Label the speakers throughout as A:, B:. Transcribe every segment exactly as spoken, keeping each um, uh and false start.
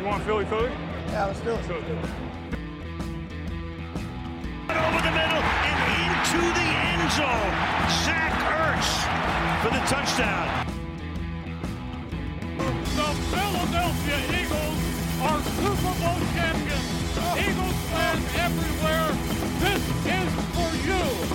A: You want Philly, Philly?
B: Yeah, let's do it.
A: Philly, Philly.
C: Over the middle and into the end zone. Zach Ertz for the touchdown.
D: The Philadelphia Eagles are Super Bowl champions. Eagles fans everywhere, this is for you.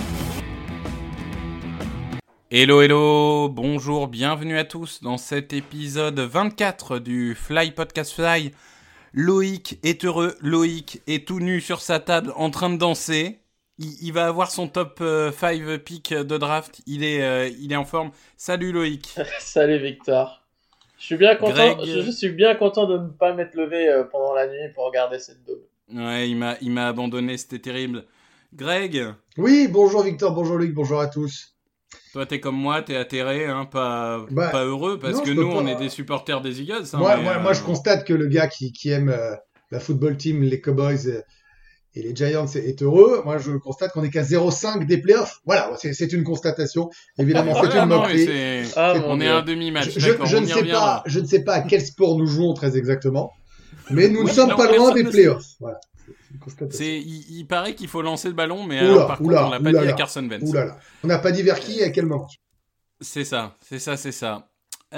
E: Hello, hello, bonjour, bienvenue à tous dans cet épisode vingt-quatre du Fly Podcast Fly. Loïc est heureux, Loïc est tout nu sur sa table en train de danser. Il, il va avoir son top cinq pick de draft, il est, euh, il est en forme. Salut Loïc.
F: Salut Victor. Je suis bien content,
E: Greg...
F: je, je suis bien content de ne pas m'être levé euh, pendant la nuit pour regarder cette double.
E: Ouais, il m'a, il m'a abandonné, c'était terrible. Greg.
B: Oui, bonjour Victor, bonjour Loïc, bonjour à tous.
E: Toi, t'es comme moi, t'es atterré, hein, pas,
B: bah,
E: pas heureux, parce
B: non,
E: que
B: nous,
E: pas...
B: on
E: est des supporters des Eagles. Hein,
B: moi,
E: mais,
B: moi,
E: euh...
B: moi, je constate que le gars qui, qui aime euh, la football team, les Cowboys euh, et les Giants est, est heureux. Moi, je constate qu'on est qu'à zéro virgule cinq des playoffs. Voilà, c'est, c'est une constatation. Évidemment, c'est
E: voilà,
B: une
E: non,
B: moquerie.
E: c'est...
F: Ah,
E: c'est... On est
F: Dieu.
E: un demi-match,
B: je,
E: d'accord,
B: je,
E: on
B: ne
E: y
B: sais pas, je ne sais pas à quel sport nous jouons très exactement, mais nous ne
E: oui,
B: sommes
E: non,
B: pas loin des
E: ne
B: playoffs. Voilà.
E: C'est, il, il paraît qu'il faut lancer le ballon, mais
B: oula,
E: alors, par
B: oula,
E: contre, on l'a pas
B: oula,
E: dit à Carson Wentz.
B: Oulala. On n'a pas dit vers qui et à quel moment.
E: C'est ça, c'est ça, c'est ça.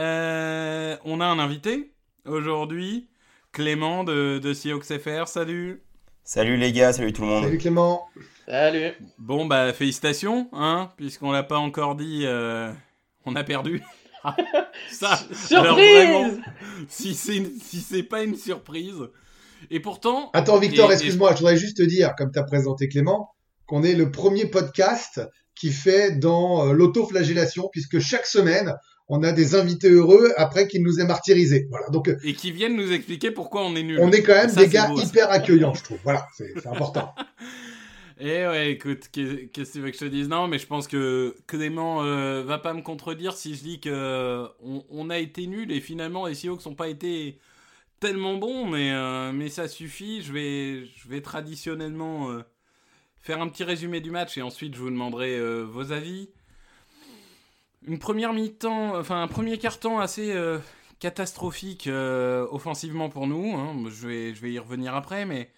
E: Euh, on a un invité aujourd'hui, Clément de, de Seahawks F R. Salut.
G: Salut les gars, salut tout le monde.
B: Salut Clément.
F: Salut.
E: Bon bah félicitations, hein, puisqu'on l'a pas encore dit, euh, on a perdu. Ça,
F: Surprise.
E: alors vraiment, si c'est si c'est pas une surprise. Et pourtant.
B: Attends Victor,
E: et,
B: excuse-moi, et... je voudrais juste te dire, comme tu as présenté Clément, qu'on est le premier podcast qui fait dans euh, l'autoflagellation, puisque chaque semaine, on a des invités heureux après qu'ils nous aient martyrisés. Voilà, donc, euh,
E: et qui viennent nous expliquer pourquoi on est nuls.
B: On est quand même
E: ça,
B: des gars
E: beau,
B: hyper
E: ça.
B: accueillants, je trouve. Voilà, c'est, c'est important.
E: Et ouais, écoute, qu'est-ce que tu veux que je te dise ? Non, mais je pense que Clément euh, va pas me contredire si je dis que euh, on, on a été nuls et finalement les Seahawks n'ont pas été tellement bons, mais, euh, mais ça suffit. Je vais, je vais traditionnellement euh, faire un petit résumé du match et ensuite je vous demanderai euh, vos avis. Une première mi-temps, enfin un premier quart-temps assez euh, catastrophique euh, offensivement pour nous. Hein. Je vais, je vais y revenir après, mais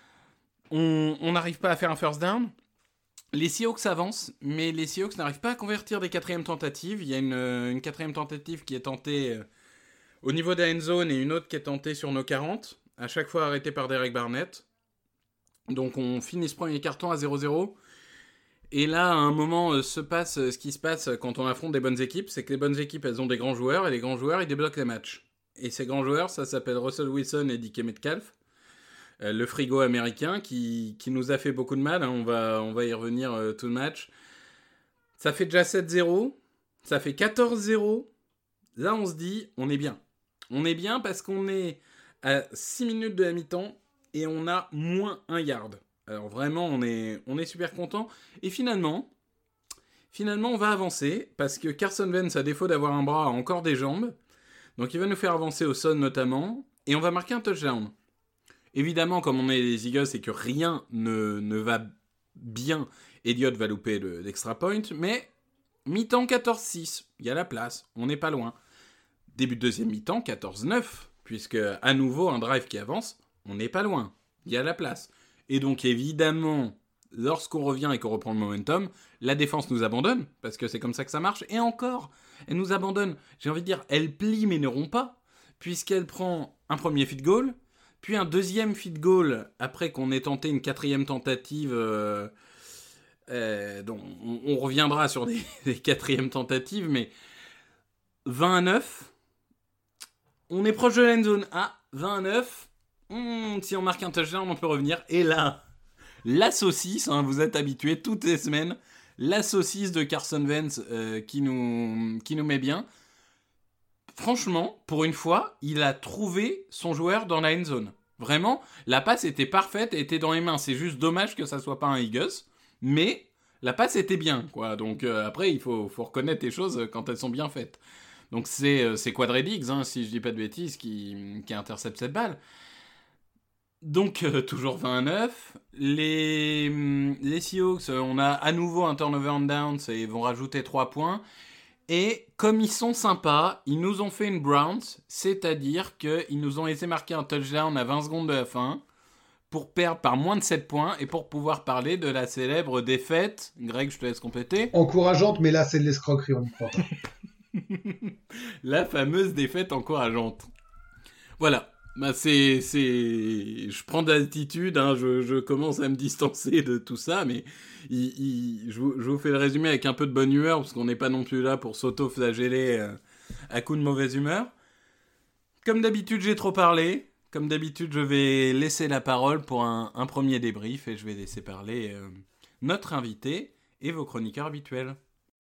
E: on n'arrive pas à faire un first down. Les Seahawks avancent, mais les Seahawks n'arrivent pas à convertir des quatrièmes tentatives. Il y a une, une quatrième tentative qui est tentée euh, au niveau de la end zone et une autre qui est tentée sur nos quarante, à chaque fois arrêtée par Derek Barnett. Donc on finit ce premier quart-temps à zéro zéro. Et là, à un moment, euh, se passe euh, ce qui se passe quand on affronte des bonnes équipes, c'est que les bonnes équipes, elles ont des grands joueurs, et les grands joueurs, ils débloquent les matchs. Et ces grands joueurs, ça s'appelle Russell Wilson et D K Metcalf, euh, le frigo américain, qui, qui nous a fait beaucoup de mal, hein. on, va, on va y revenir euh, tout le match. Ça fait déjà sept zéro, ça fait quatorze zéro. Là, on se dit, on est bien. On est bien parce qu'on est à six minutes de la mi-temps, et on a moins un yard. Alors vraiment, on est, on est super content. Et finalement, finalement, on va avancer parce que Carson Wentz, à défaut d'avoir un bras, a encore des jambes. Donc il va nous faire avancer au sol notamment. Et on va marquer un touchdown. Évidemment, comme on est les Eagles et que rien ne, ne va bien, Elliott va louper le, l'extra point. Mais mi-temps quatorze six, il y a la place, on n'est pas loin. Début de deuxième mi-temps quatorze neuf, puisque à nouveau un drive qui avance, on n'est pas loin, il y a la place. Et donc, évidemment, lorsqu'on revient et qu'on reprend le momentum, la défense nous abandonne, parce que c'est comme ça que ça marche. Et encore, elle nous abandonne. J'ai envie de dire, elle plie mais ne rompt pas, puisqu'elle prend un premier field goal, puis un deuxième field goal, après qu'on ait tenté une quatrième tentative. Euh, euh, dont on, on reviendra sur des, des quatrièmes tentatives, mais vingt à neuf, on est proche de la end zone. Ah, vingt à neuf. Mmh, si on marque un touchdown, on peut revenir. Et là, la saucisse, hein, vous êtes habitués toutes les semaines, la saucisse de Carson Wentz euh, qui, nous, qui nous met bien. Franchement, pour une fois, il a trouvé son joueur dans la end zone. Vraiment, la passe était parfaite et était dans les mains. C'est juste dommage que ça soit pas un Eagles, mais la passe était bien, quoi. Donc euh, après, il faut, faut reconnaître les choses quand elles sont bien faites. Donc c'est, euh, c'est Quadre Diggs, hein, si je dis pas de bêtises, qui, qui intercepte cette balle. Donc, euh, toujours vingt à neuf. Les, les Seahawks, euh, on a à nouveau un turnover and downs et ils vont rajouter trois points. Et comme ils sont sympas, ils nous ont fait une Browns, c'est-à-dire qu'ils nous ont laissé marquer un touchdown à vingt secondes de la fin pour perdre par moins de sept points et pour pouvoir parler de la célèbre défaite. Greg, je te laisse compléter.
B: Encourageante, mais là, c'est de l'escroquerie, on n'y croit pas.
E: La fameuse défaite encourageante. Voilà. Bah c'est, c'est... Je prends de l'altitude, hein, je, je commence à me distancer de tout ça, mais il, il... Je, vous, je vous fais le résumé avec un peu de bonne humeur, parce qu'on n'est pas non plus là pour s'auto-flageller euh, à coup de mauvaise humeur. Comme d'habitude, j'ai trop parlé. Comme d'habitude, je vais laisser la parole pour un, un premier débrief, et je vais laisser parler euh, notre invité et vos chroniqueurs habituels.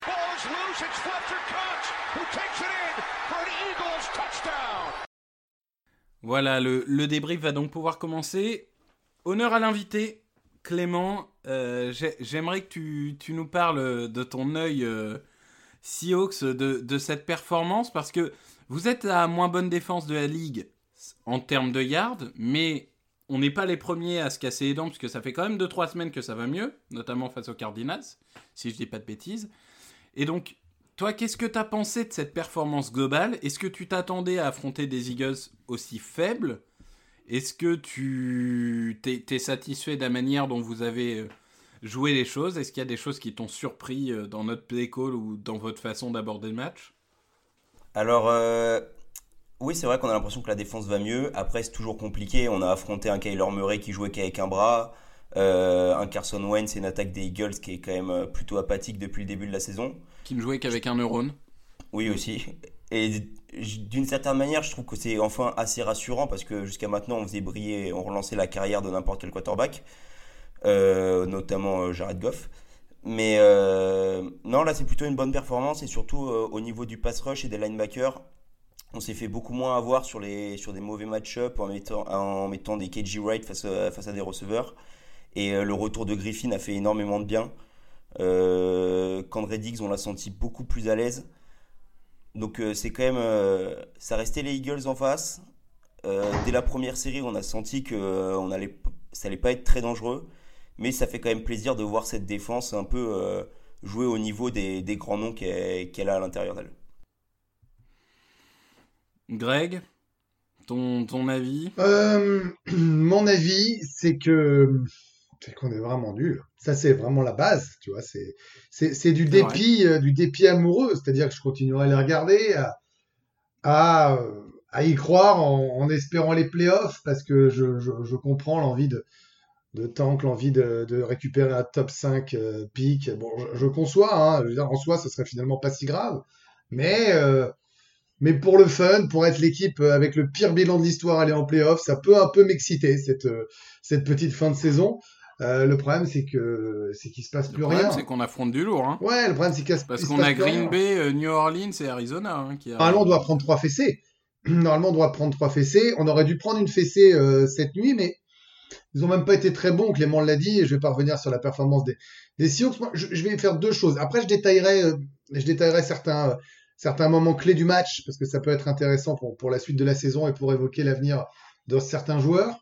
E: Voilà, le, le débrief va donc pouvoir commencer. Honneur à l'invité, Clément. Euh, j'ai, j'aimerais que tu, tu nous parles de ton œil euh, Seahawks, de, de cette performance, parce que vous êtes la moins bonne défense de la ligue en termes de yards, mais on n'est pas les premiers à se casser les dents, puisque ça fait quand même deux trois semaines que ça va mieux, notamment face aux Cardinals, si je dis pas de bêtises. Et donc, toi, qu'est-ce que tu as pensé de cette performance globale ? Est-ce que tu t'attendais à affronter des Eagles aussi faibles ? Est-ce que tu t'es, t'es satisfait de la manière dont vous avez joué les choses ? Est-ce qu'il y a des choses qui t'ont surpris dans notre play call ou dans votre façon d'aborder le match ?
G: Alors, euh, oui, c'est vrai qu'on a l'impression que la défense va mieux. Après, c'est toujours compliqué. On a affronté un Kyler Murray qui jouait qu'avec un bras, euh, un Carson Wentz et une attaque des Eagles qui est quand même plutôt apathique depuis le début de la saison.
E: Qui ne jouait qu'avec un neurone.
G: Oui, aussi. Et d'une certaine manière, je trouve que c'est enfin assez rassurant parce que jusqu'à maintenant, on faisait briller, on relançait la carrière de n'importe quel quarterback, euh, notamment euh, Jared Goff. Mais euh, non, là, c'est plutôt une bonne performance et surtout euh, au niveau du pass rush et des linebackers, on s'est fait beaucoup moins avoir sur, les, sur des mauvais match-up en mettant, en mettant des K J Wright face à, face à des receveurs. Et euh, le retour de Griffin a fait énormément de bien. Euh, Kendra Diggs, on l'a senti beaucoup plus à l'aise. Donc euh, c'est quand même, euh, ça restait les Eagles en face. Euh, dès la première série, on a senti que euh, on allait, ça allait pas être très dangereux, mais ça fait quand même plaisir de voir cette défense un peu euh, jouer au niveau des, des grands noms qu'elle, qu'elle a à l'intérieur d'elle.
E: Greg, ton, ton avis ?
B: Euh, mon avis, c'est que c'est qu'on est vraiment nul. Ça, c'est vraiment la base, tu vois. C'est, c'est, c'est du dépit, euh, du dépit amoureux. C'est-à-dire que je continuerai à les regarder, à, à, euh, à y croire en, en espérant les playoffs, parce que je, je, je comprends l'envie de, de tank, l'envie de, de récupérer un top cinq euh, pick. Bon, je, je conçois, hein. Je veux dire, en soi, ce serait finalement pas si grave. Mais, euh, mais pour le fun, pour être l'équipe avec le pire bilan de l'histoire aller en playoffs, ça peut un peu m'exciter, cette, cette petite fin de saison. Euh, le problème, c'est que c'est qu'il se passe plus rien.
E: Le problème, c'est qu'on affronte du lourd. Hein.
B: Ouais, le problème, c'est qu'il se
E: Parce
B: il se
E: qu'on
B: passe
E: a
B: plus
E: Green
B: rien.
E: Bay, euh, New Orleans et Arizona. Hein, qui a...
B: Normalement, on doit prendre trois fessées. Normalement, on doit prendre trois fessées. On aurait dû prendre une fessée euh, cette nuit, mais ils ont même pas été très bons. Clément l'a dit, et je vais pas revenir sur la performance des, des Seahawks. Moi, je, je vais faire deux choses. Après, je détaillerai, euh, je détaillerai certains, euh, certains moments clés du match, parce que ça peut être intéressant pour, pour la suite de la saison et pour évoquer l'avenir de certains joueurs.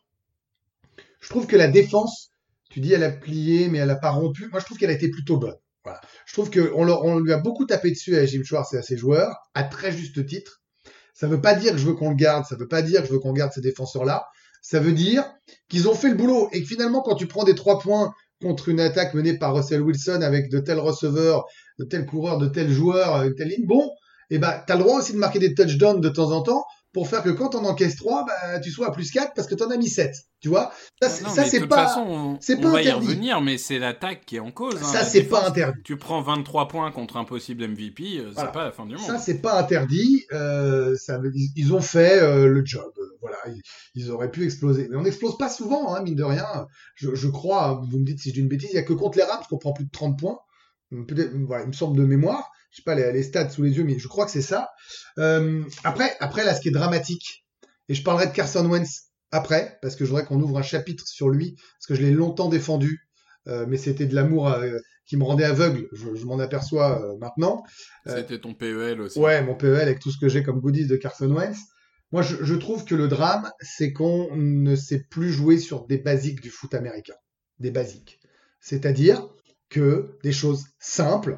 B: Je trouve que la défense, tu dis elle a plié, mais elle a pas rompu. Moi, je trouve qu'elle a été plutôt bonne. Voilà. Je trouve qu'on on lui a beaucoup tapé dessus à Jim Schwartz et à ses joueurs, à très juste titre. Ça veut pas dire que je veux qu'on le garde, ça veut pas dire que je veux qu'on garde ces défenseurs-là. Ça veut dire qu'ils ont fait le boulot et que finalement, quand tu prends des trois points contre une attaque menée par Russell Wilson avec de tels receveurs, de tels coureurs, de tels joueurs, avec telle ligne, bon, eh ben, t'as le droit aussi de marquer des touchdowns de temps en temps pour faire que quand t'en encaisses trois, bah, tu sois à plus quatre parce que t'en as mis sept. Tu vois? Ça, c'est,
E: non,
B: ça,
E: mais
B: c'est
E: de toute
B: pas,
E: façon, on,
B: c'est
E: on
B: pas
E: va y
B: interdit.
E: revenir, mais c'est l'attaque qui est en cause. Hein,
B: Ça,
E: la
B: c'est
E: défense.
B: pas interdit.
E: Tu prends vingt-trois points contre un possible M V P, euh,
B: Voilà.
E: c'est pas la fin du monde.
B: Ça, c'est pas interdit. Euh, ça veut- ils, ils ont fait euh, le job. Euh, Voilà, ils, ils auraient pu exploser. Mais on n'explose pas souvent, hein, mine de rien. Je, je crois, vous me dites si je dis une bêtise, il y a que contre les Rams qu'on prend plus de trente points. Peut-être, voilà, il me semble de mémoire. Je sais pas les, les stats sous les yeux, mais je crois que c'est ça. Euh, après, après, là, ce qui est dramatique, et je parlerai de Carson Wentz après, parce que je voudrais qu'on ouvre un chapitre sur lui, parce que je l'ai longtemps défendu, euh, mais c'était de l'amour euh, qui me rendait aveugle. Je, je m'en aperçois euh, maintenant. Euh,
E: C'était ton P E L aussi.
B: Ouais, mon P E L avec tout ce que j'ai comme goodies de Carson Wentz. Moi, je, je trouve que le drame, c'est qu'on ne sait plus jouer sur des basiques du foot américain. Des basiques. C'est-à-dire que des choses simples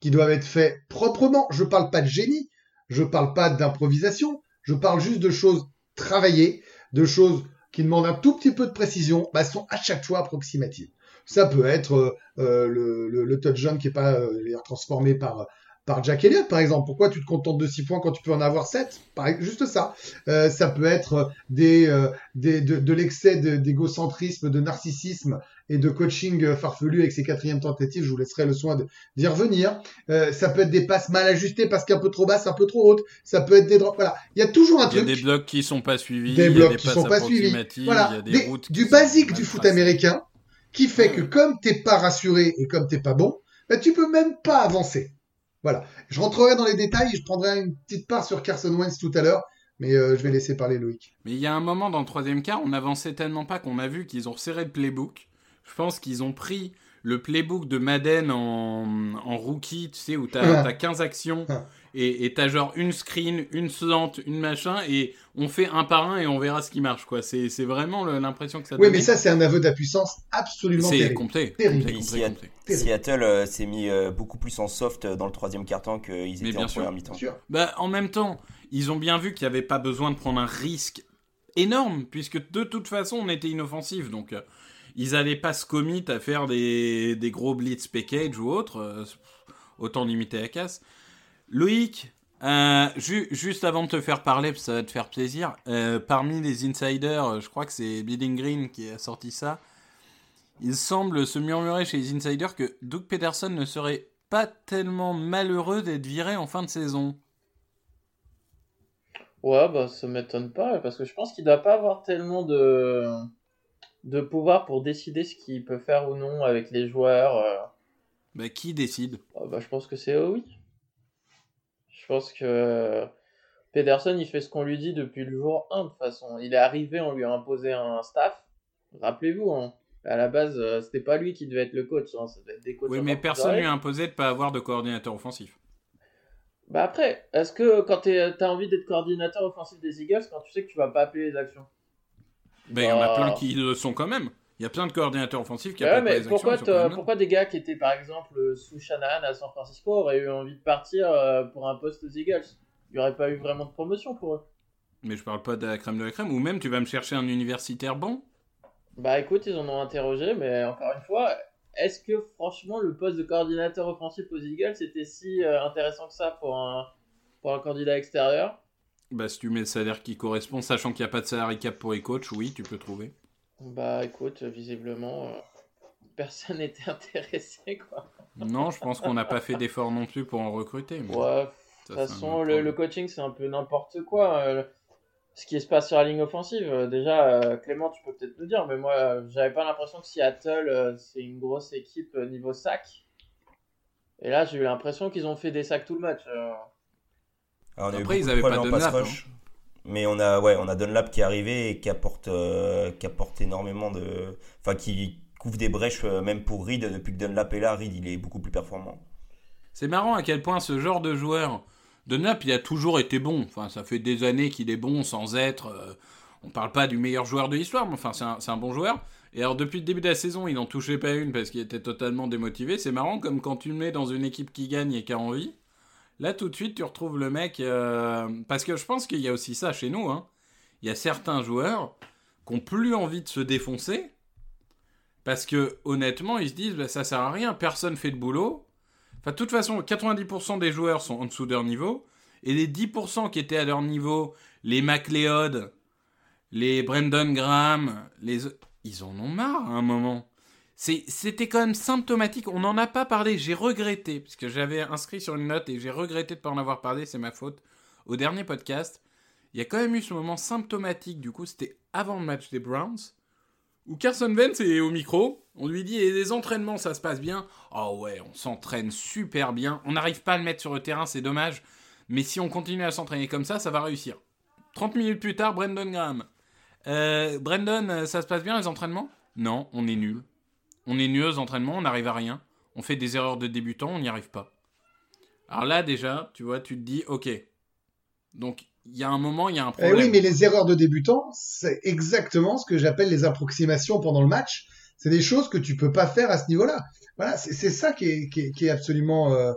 B: qui doivent être faits proprement. Je parle pas de génie, je parle pas d'improvisation, je parle juste de choses travaillées, de choses qui demandent un tout petit peu de précision, bah, sont à chaque fois approximatives. Ça peut être euh, le, le, le touchdown qui est pas euh, transformé par par Jack Elliott, par exemple. Pourquoi tu te contentes de six points quand tu peux en avoir sept? Pareil, juste ça. Euh, ça peut être des, euh, des, de, de l'excès de, d'égocentrisme, de narcissisme et de coaching farfelu avec ses quatrièmes tentatives. Je vous laisserai le soin de, d'y revenir. Euh, ça peut être des passes mal ajustées parce qu'un peu trop basse, un peu trop haute. Ça peut être des drops. Voilà. Il y a toujours un
E: truc.
B: Il
E: y a des blocs qui sont pas suivis.
B: Des
E: blocs
B: il y a des qui sont pas suivis. Voilà. Il y a des des, routes du basique du foot américain qui fait que comme t'es pas rassuré et comme t'es pas bon, bah, tu peux même pas avancer. Voilà. Je rentrerai dans les détails et je prendrai une petite part sur Carson Wentz tout à l'heure, mais euh, je vais laisser parler Loïc.
E: Mais il y a un moment dans le troisième quart, on avançait tellement pas qu'on a vu qu'ils ont resserré le playbook. Je pense qu'ils ont pris le playbook de Madden en, en rookie, tu sais, où t'as, t'as quinze actions et, et t'as genre une screen, une slant, une machin, et on fait un par un et on verra ce qui marche, quoi. C'est, c'est vraiment le, l'impression que ça donne.
B: Oui, mais ça, c'est un aveu d'impuissance absolument
E: c'est
B: terrible.
E: Complet,
B: terrible.
E: complet, complet, complet.
G: Seattle euh, s'est mis euh, beaucoup plus en soft dans le troisième quart-temps qu'ils étaient en
E: sûr,
G: première mi-temps.
E: Bah, en même temps, ils ont bien vu qu'il n'y avait pas besoin de prendre un risque énorme, puisque de toute façon, on était inoffensif, donc... Euh, ils n'allaient pas se commit à faire des, des gros blitz package ou autre, euh, autant limiter la casse. Loïc, euh, ju- juste avant de te faire parler, parce que ça va te faire plaisir, euh, parmi les insiders, je crois que c'est Bleeding Green qui a sorti ça, il semble se murmurer chez les insiders que Doug Peterson ne serait pas tellement malheureux d'être viré en fin de saison.
F: Ouais, bah ça m'étonne pas, parce que je pense qu'il doit pas avoir tellement de... de pouvoir pour décider ce qu'il peut faire ou non avec les joueurs. Euh...
E: Bah, qui décide?
F: Ah bah, je pense que c'est eux, oui. Je pense que Pederson, il fait ce qu'on lui dit depuis le jour un, de toute façon. Il est arrivé, on lui a imposé un staff. Rappelez-vous, hein, à la base, euh, c'était pas lui qui devait être le coach. Hein, ça devait être des coachs.
E: Oui, mais personne lui a imposé de pas avoir de coordinateur offensif.
F: Bah après, est-ce que quand t'as envie d'être coordinateur offensif des Eagles, quand tu sais que tu vas pas appeler les actions?
E: Ben, il bah... y en a plein qui le sont quand même. Il y a plein de coordinateurs offensifs qui
F: ouais,
E: appellent
F: mais
E: pas les
F: pourquoi
E: actions. Pourquoi,
F: pourquoi des gars qui étaient par exemple sous Shanahan à San Francisco auraient eu envie de partir pour un poste aux Eagles? Il n'y aurait pas eu vraiment de promotion pour eux.
E: Mais je parle pas de la crème de la crème. Ou même tu vas me chercher un universitaire bon?
F: Bah écoute, ils en ont interrogé, mais encore une fois, est-ce que franchement le poste de coordinateur offensif aux Eagles était si euh, intéressant que ça pour un, pour un candidat extérieur?
E: Bah si tu mets le salaire qui correspond, sachant qu'il n'y a pas de salary cap pour les coachs, oui, tu peux trouver.
F: Bah écoute, visiblement, euh, personne n'était intéressé, quoi.
E: Non, je pense qu'on n'a pas fait d'effort non plus pour en recruter. Mais
F: ouais, de toute façon, le, le coaching, c'est un peu n'importe quoi. Euh, ce qui se passe sur la ligne offensive, euh, déjà, euh, Clément, tu peux peut-être nous dire, mais moi, euh, j'avais pas l'impression que Seattle, euh, c'est une grosse équipe euh, niveau sac. Et là, j'ai eu l'impression qu'ils ont fait des sacs tout le match. Euh...
G: Alors,
E: Après, ils n'avaient pas Dunlap. Hein.
G: Mais on a, ouais, on a Dunlap qui est arrivé et qui apporte, euh, qui apporte énormément de... Enfin, qui couvre des brèches, euh, même pour Reed. Depuis que Dunlap est là, Reed, il est beaucoup plus performant.
E: C'est marrant à quel point ce genre de joueur... Dunlap, il a toujours été bon. Enfin, ça fait des années qu'il est bon sans être... Euh, on parle pas du meilleur joueur de l'histoire, mais enfin, c'est un, c'est un bon joueur. Et alors, depuis le début de la saison, il n'en touchait pas une parce qu'il était totalement démotivé. C'est marrant, comme quand tu le mets dans une équipe qui gagne et qui a envie... Là, tout de suite, tu retrouves le mec... Euh... Parce que je pense qu'il y a aussi ça chez nous. Hein. Il y a certains joueurs qui n'ont plus envie de se défoncer parce que, honnêtement, ils se disent bah, « ça sert à rien, personne fait le boulot ». Enfin, de toute façon, quatre-vingt-dix pour cent des joueurs sont en dessous de leur niveau. Et les dix pour cent qui étaient à leur niveau, les McLeod, les Brandon Graham, les... ils en ont marre à un moment. C'est, c'était quand même symptomatique. On n'en a pas parlé. J'ai regretté, parce que j'avais inscrit sur une note et j'ai regretté de ne pas en avoir parlé. C'est ma faute. Au dernier podcast, il y a quand même eu ce moment symptomatique. Du coup, c'était avant le match des Browns, où Carson Wentz est au micro. On lui dit, et les entraînements, ça se passe bien? Oh ouais, on s'entraîne super bien. On n'arrive pas à le mettre sur le terrain, c'est dommage. Mais si on continue à s'entraîner comme ça, ça va réussir. trente minutes plus tard, Brandon Graham. Euh, Brandon, ça se passe bien les entraînements? Non, on est nul. On est nul aux entraînements, on n'arrive à rien. On fait des erreurs de débutants, on n'y arrive pas. Alors là, déjà, tu vois, tu te dis, ok. Donc, il y a un moment, il y a un problème.
B: Eh oui, mais les erreurs de débutants, c'est exactement ce que j'appelle les approximations pendant le match. C'est des choses que tu peux pas faire à ce niveau-là. Voilà, c'est, c'est ça qui est, qui est, qui est absolument euh,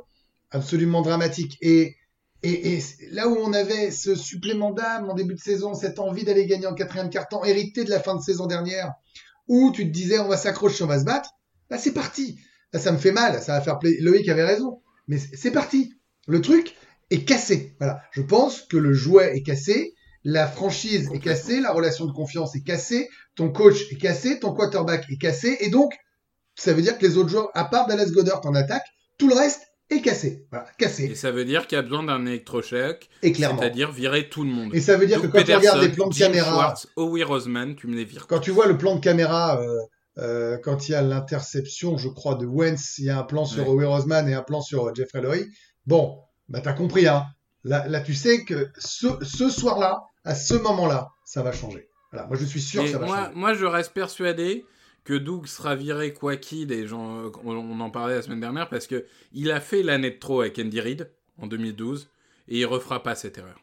B: absolument dramatique. Et, et, et là où on avait ce supplément d'âme en début de saison, cette envie d'aller gagner en quatrième quart-temps, hérité de la fin de saison dernière, où tu te disais on va s'accrocher, on va se battre, là c'est parti. Là ça me fait mal, ça va faire plaisir. Loïc avait raison, mais c'est parti. Le truc est cassé. Voilà. Je pense que le jouet est cassé, la franchise est cassée, la relation de confiance est cassée, ton coach est cassé, ton quarterback est cassé, et donc ça veut dire que les autres joueurs, à part Dallas Goedert en attaque, tout le reste est cassé. Voilà, cassé.
E: Et ça veut dire qu'il y a besoin d'un électrochoc,
B: et clairement.
E: C'est-à-dire virer tout le monde.
B: Et ça veut dire
E: Donc,
B: que quand
E: Pederson,
B: tu regardes les plans de
E: Jim
B: caméra,
E: Schwartz, Howie Roseman, tu me les vires.
B: Quand tu vois le plan de caméra, euh, euh, quand il y a l'interception, je crois, de Wentz, il y a un plan sur
E: Ouais.
B: Howie Roseman et un plan sur euh, Jeffrey Lurie. Bon, bah t'as compris, hein. Là, là, tu sais que ce, ce soir-là, à ce moment-là, ça va changer. Voilà, moi je suis sûr
E: Et
B: que ça va
E: moi,
B: changer.
E: moi, je reste persuadé que Doug sera viré quoi qu'il, et j'en- on, on en parlait la semaine dernière, parce que il a fait l'année de trop avec Andy Reid en deux mille douze, et il refera pas cette erreur.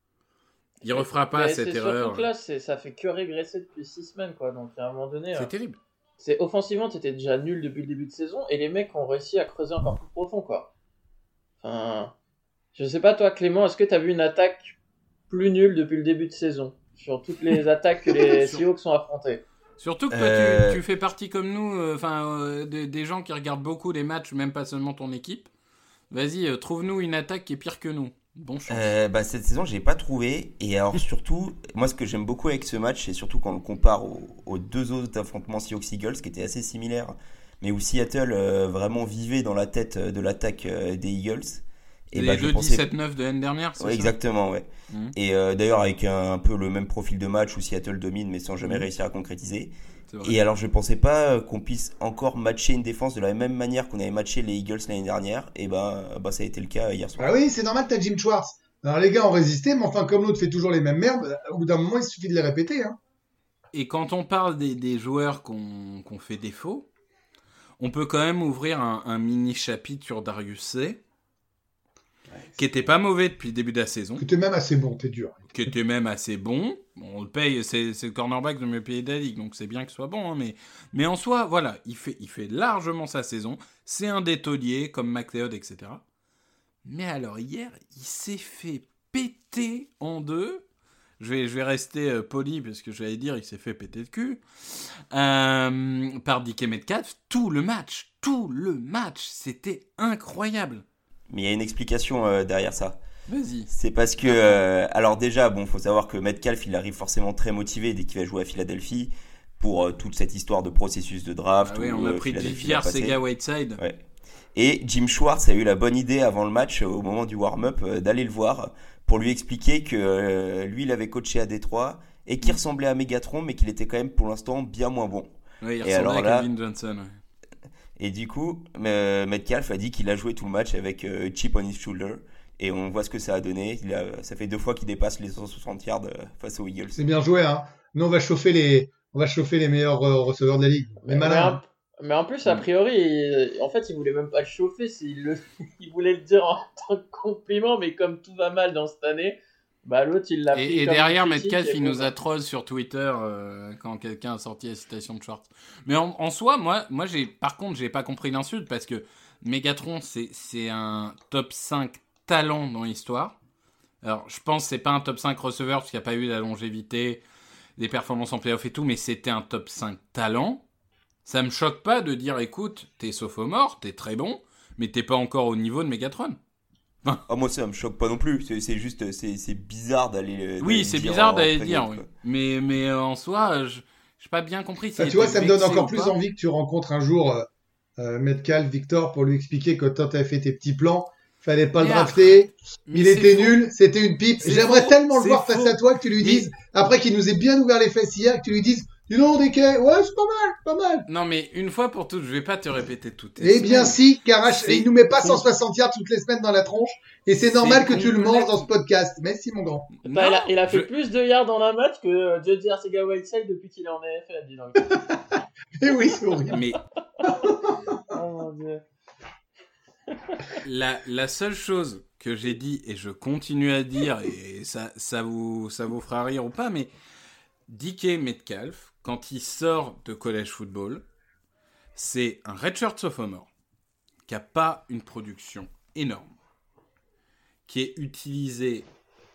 E: Il refera pas
F: Mais
E: cette
F: c'est
E: erreur.
F: surtout que là, c'est- ça fait que régresser depuis six semaines, quoi. Donc à un moment donné,
E: C'est
F: euh,
E: terrible.
F: c'est offensivement, t'étais déjà nul depuis le début de saison, et les mecs ont réussi à creuser encore plus profond, quoi. Enfin, je sais pas toi, Clément, est-ce que t'as vu une attaque plus nulle depuis le début de saison sur toutes les attaques que les
E: Sur-
F: Seahawks ont affrontées?
E: Surtout que toi,
G: Euh,
E: tu, tu fais partie comme nous, euh, enfin, euh, des, des gens qui regardent beaucoup les matchs, même pas seulement ton équipe. Vas-y, euh, trouve-nous une attaque qui est pire que nous. Bon chance.
G: Euh, bah, cette saison, j'ai pas trouvé. Et alors, surtout, moi, ce que j'aime beaucoup avec ce match, c'est surtout quand on le compare aux, aux deux autres affrontements Seahawks-Eagles, qui étaient assez similaires, mais où Seattle euh, vraiment vivait dans la tête de l'attaque euh, des Eagles. Et
E: les
G: bah, je
E: deux
G: pensais...
E: dix-sept neuf de l'année dernière, c'est
G: Ouais,
E: ça
G: exactement, ouais.
E: Mhm.
G: Et euh, d'ailleurs, avec un, un peu le même profil de match où Seattle domine, mais sans jamais
E: Mhm.
G: réussir à concrétiser.
E: C'est vrai.
G: Et alors, je pensais pas qu'on puisse encore matcher une défense de la même manière qu'on avait matché les Eagles l'année dernière. Et ben, bah, ça a été le cas hier soir.
B: Ah oui, c'est normal, t'as Jim Schwartz. Alors les gars ont résisté, mais enfin, comme l'autre fait toujours les mêmes merdes, au bout d'un moment, il suffit de les répéter. Hein.
E: Et quand on parle des, des joueurs qu'on qu'on fait défaut, on peut quand même ouvrir un, un mini chapitre sur Darius C, qui était pas mauvais depuis le début de la saison,
B: T'es même assez bon, t'es dur.
E: qui était même assez bon. Bon, on le paye, c'est c'est le cornerback de mieux payé de la ligue, donc c'est bien que ce soit bon. Hein, mais, mais en soi, voilà, il fait, il fait largement sa saison. C'est un des tauliers, comme McLeod, et cetera. Mais alors, hier, il s'est fait péter en deux. Je vais, je vais rester euh, poli, parce que j'allais dire, il s'est fait péter le cul. Euh, par D K Metcalf. Tout le match, tout le match, c'était incroyable.
G: Mais il y a une explication euh, derrière ça.
E: Vas-y.
G: C'est parce que, euh, alors déjà, bon, faut savoir que Metcalf, il arrive forcément très motivé dès qu'il va jouer à Philadelphie pour euh, toute cette histoire de processus de draft.
E: Ah oui,
G: où,
E: on a
G: euh,
E: pris
G: Philadelphie
E: Vivier,
G: va passer.
E: Sega, Whiteside.
G: Ouais. Et Jim Schwartz a eu la bonne idée avant le match, au moment du warm-up, euh, d'aller le voir pour lui expliquer que euh, lui, il avait coaché à Détroit et qu'il ressemblait à Megatron, mais qu'il était quand même pour l'instant bien moins bon.
E: Oui, il
G: Et
E: ressemblait
G: alors
E: à
G: là-
E: Calvin Johnson. Ouais.
G: Et du coup, euh, Metcalf a dit qu'il a joué tout le match avec euh, chip on his shoulder. Et on voit ce que ça a donné. Il a, ça fait deux fois qu'il dépasse les cent soixante yards euh, face aux Eagles.
B: C'est bien joué, hein. Nous, on va chauffer les, on va chauffer les meilleurs euh, receveurs de la ligue. Mais
F: Mais,
B: malin.
F: en, mais en plus, a priori, il- en fait, il voulait même pas le chauffer, c'est- il, le, il voulait le dire en tant que compliment, mais comme tout va mal dans cette année, bah l'autre il l'a pris
E: Et, et
F: comme
E: derrière,
F: une critique,
E: Metcalf,
F: et
E: il
F: bon,
E: nous a troll sur Twitter euh, quand quelqu'un a sorti la citation de Schwartz. Mais en, en soi, moi, moi j'ai, par contre, j'ai pas compris l'insulte parce que Megatron, c'est, c'est un top cinq talent dans l'histoire. Alors, je pense que c'est pas un top cinq receveur parce qu'il n'y a pas eu la longévité, des performances en playoff et tout, mais c'était un top cinq talent. Ça me choque pas de dire, écoute, t'es sophomore, t'es très bon, mais t'es pas encore au niveau de Megatron.
G: Ah, moi, ça me choque pas non plus. C'est, c'est juste, c'est, c'est bizarre d'aller. d'aller
E: Oui,
G: le
E: c'est
G: dire
E: bizarre
G: en
E: d'aller le
G: premier,
E: dire,
G: quoi.
E: oui. Mais, mais euh, en soi, je j'ai pas bien compris.
B: Ça,
E: s'il
B: tu vois,
E: était
B: ça me donne
E: vexé
B: encore
E: ou
B: plus
E: pas.
B: envie que tu rencontres un jour euh, euh, Metcalf, Victor, pour lui expliquer que quand tu as fait tes petits plans, fallait pas le
E: Mais
B: drafter,
E: Mais
B: il
E: c'est
B: était
E: faux.
B: nul, c'était une pipe.
E: C'est
B: J'aimerais
E: faux,
B: tellement le
E: c'est
B: voir face
E: faux.
B: à toi que tu lui
E: Mais-
B: dises, après qu'il nous ait bien ouvert les fesses hier, que tu lui dises, dis donc, D K, ouais, c'est pas mal, pas mal.
E: Non, mais une fois pour toutes, je vais pas te répéter toutes.
B: Eh bien, si, Karash,
E: C'est
B: il nous met pas
E: con.
B: cent soixante yards toutes les semaines dans la tronche, et c'est
E: C'est
B: normal que tu le manges
E: complète-
B: dans ce podcast. Merci, mon grand.
F: Bah, il, a, il a fait
E: je-
F: plus de yards dans un match que euh, J J Arcega Whiteside depuis qu'il est en N F L, dis donc.
B: Eh oui, c'est horrible.
E: Mais
F: Oh mon dieu.
E: la, la seule chose que j'ai dit, et je continue à dire, et ça, ça, vous, ça vous fera rire ou pas, mais D K Metcalf, quand il sort de college football, c'est un redshirt sophomore qui a pas une production énorme qui est utilisé